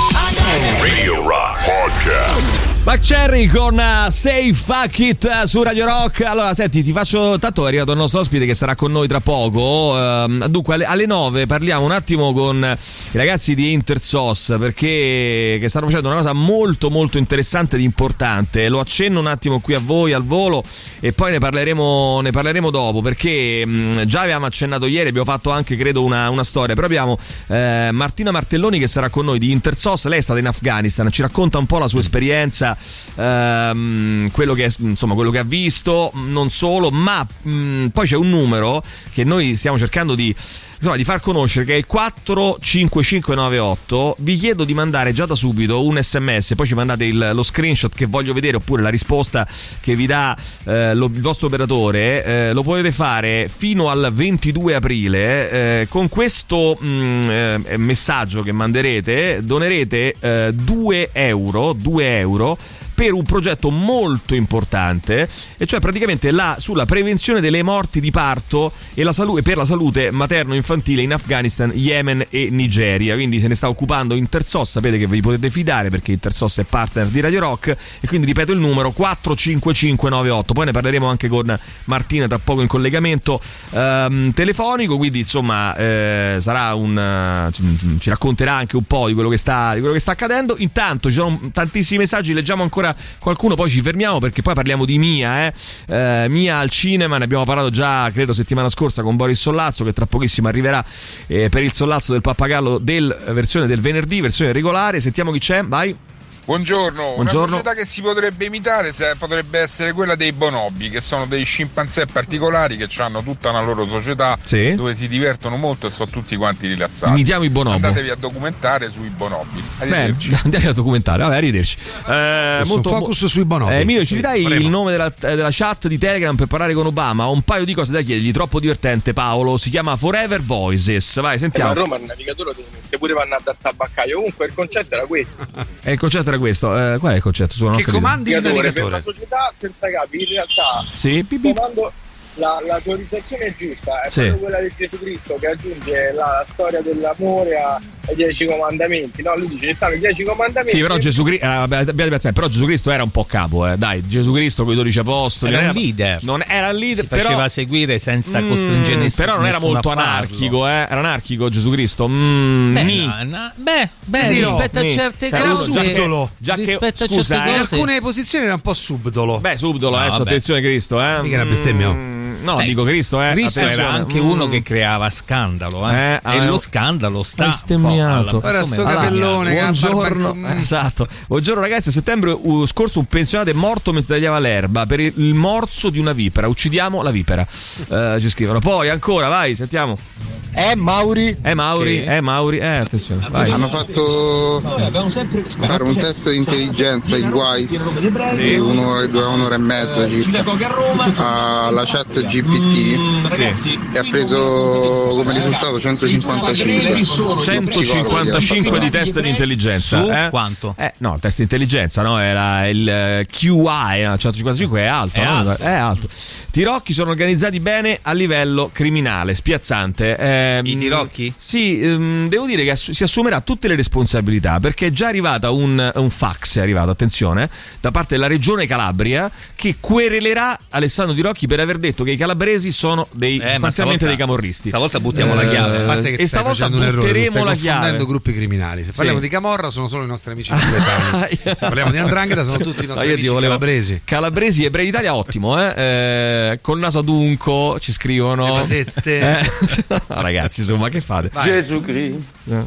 Radio Rock Podcast. Mac Cherry con Say Fuck It su Radio Rock. Allora senti, ti faccio, tanto è arrivato il nostro ospite che sarà con noi tra poco. Dunque alle 9 parliamo un attimo con i ragazzi di Intersos, perché che stanno facendo una cosa molto molto interessante ed importante. Lo accenno un attimo qui a voi al volo e poi ne parleremo dopo, perché già avevamo accennato ieri, abbiamo fatto anche credo una storia, però abbiamo Martina Martelloni che sarà con noi di Intersos. Lei è stata in Afghanistan, ci racconta un po' la sua esperienza, quello che ha visto, non solo, ma poi c'è un numero che noi stiamo cercando di far conoscere, che è il 45598. Vi chiedo di mandare già da subito un SMS, poi ci mandate lo screenshot che voglio vedere, oppure la risposta che vi dà il vostro operatore. Lo potete fare fino al 22 aprile. Con questo messaggio che manderete donerete 2 euro per un progetto molto importante, e cioè praticamente sulla prevenzione delle morti di parto e per la salute materno-infantile in Afghanistan, Yemen e Nigeria. Quindi se ne sta occupando Intersos, sapete che vi potete fidare perché Intersos è partner di Radio Rock, e quindi ripeto il numero 45598. Poi ne parleremo anche con Martina tra poco in collegamento telefonico, quindi insomma ci racconterà anche un po' di quello che sta accadendo. Intanto ci sono tantissimi messaggi, leggiamo ancora qualcuno, poi ci fermiamo perché poi parliamo di Mia al cinema. Ne abbiamo parlato già credo settimana scorsa con Boris Sollazzo, che tra pochissimo arriverà per il Sollazzo del Pappagallo versione del venerdì, versione regolare. Sentiamo chi c'è, vai. Buongiorno. Una società che si potrebbe imitare potrebbe essere quella dei bonobi, che sono dei scimpanzé particolari che hanno tutta una loro società, dove si divertono molto e sono tutti quanti rilassati. Imitiamo i bonobo. Andatevi a documentare sui bonobi. Arrivederci. Andiamo a documentare, vabbè, arrivederci. Molto focus sui bonobi. Emilio, ci dai il nome della chat di Telegram per parlare con Obama? Ho un paio di cose da chiedergli, troppo divertente Paolo. Si chiama Forever Voices. Vai, sentiamo. A Roma il navigatore che pure vanno a dare tabaccaio. Comunque il concetto era questo. Il concetto era questo. Qual è il concetto? Che comandi il navigatore? Per una società senza capi, in realtà comando l'autorizzazione è giusta, è proprio quella di Gesù Cristo, che aggiunge la storia dell'amore ai 10 comandamenti. No, lui dice ci stanno i 10 comandamenti. Sì, però Gesù Cristo era un po' capo, dai. Gesù Cristo con i 12 apostoli era un leader. Non era il leader, si faceva seguire senza costringere nessuno. Però non era molto anarchico, era anarchico Gesù Cristo. Rispetto a certe cose, rispetto a certe cose, in alcune posizioni era un po' subdolo. Subdolo, adesso attenzione Cristo, mica una bestemmia. No, dico Cristo, Cristo era anche uno che creava scandalo, e lo scandalo sta bestemmiato. Ora sto capellone, buongiorno. Esatto. Buongiorno ragazzi, a settembre scorso un pensionato è morto mentre tagliava l'erba per il morso di una vipera. Uccidiamo la vipera. Ci scrivono. Poi ancora, vai, sentiamo. Mauri, attenzione. Vai. Hanno fatto fare un test di intelligenza, il WISE, di un'ora, dura un'ora e mezza alla chat GPT, e ha preso come risultato 155 di test di intelligenza. Quanto? No, test di intelligenza, no? Era il QI, 155 è alto. È alto. Tirocchi sono organizzati bene a livello criminale, spiazzante. I tirocchi? Sì, devo dire che si assumerà tutte le responsabilità, perché è già arrivata un fax, attenzione, da parte della regione Calabria, che querelerà Alessandro Tirocchi per aver detto che i calabresi sono sostanzialmente dei camorristi. Stavolta buttiamo la chiave. A parte che e stavolta butteremo la chiave. Gruppi criminali. Se parliamo di Camorra sono solo i nostri amici tibetani. Se parliamo di 'Ndrangheta sono tutti i nostri amici calabresi. Calabresi, ebrei d'Italia, ottimo, col naso adunco ci scrivono. Ragazzi, insomma, che fate? Gesù Cristo.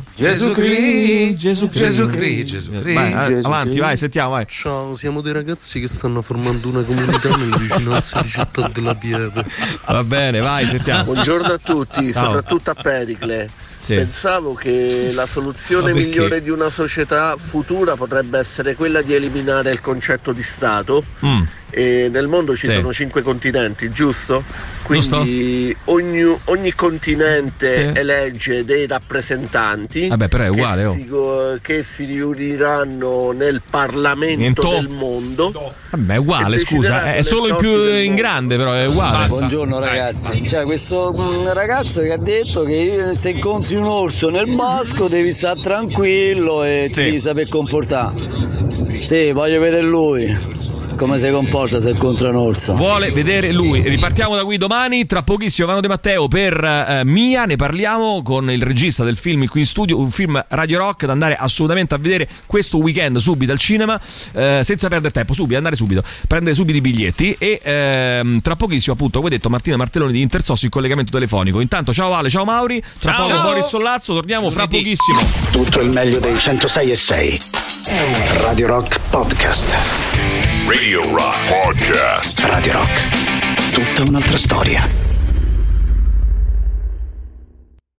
Avanti, vai, sentiamo, vai. Ciao, siamo dei ragazzi che stanno formando una comunità nelle vicinanze di Città della Pieve. Va bene, vai, sentiamo. Buongiorno a tutti, soprattutto a Pericle. Pensavo che la soluzione migliore di una società futura potrebbe essere quella di eliminare il concetto di Stato. E nel mondo ci sono 5 continenti, giusto? Quindi ogni continente elegge dei rappresentanti però è uguale, che si riuniranno nel Parlamento del mondo. È uguale, scusa, è solo in grande, però è uguale. Buongiorno ragazzi. C'è questo ragazzo che ha detto che se incontri un orso nel bosco devi stare tranquillo e ti devi saper comportare. Sì, voglio vedere lui come si comporta se incontra un orso. Vuole vedere lui. Ripartiamo da qui domani. Tra pochissimo Vano De Matteo per Mia. Ne parliamo con il regista del film qui in studio. Un film Radio Rock da andare assolutamente a vedere questo weekend subito al cinema, senza perdere tempo, subito, andare subito, prendere subito i biglietti. E tra pochissimo, appunto, come detto, Martina Martelloni di Intersos in collegamento telefonico. Intanto ciao Ale, ciao Mauri. Tra poco Boris Sollazzo. Torniamo fra pochissimo. Tutto il meglio dei 106 e 6. Radio Rock Podcast. Radio Rock Podcast. Radio Rock. Tutta un'altra storia.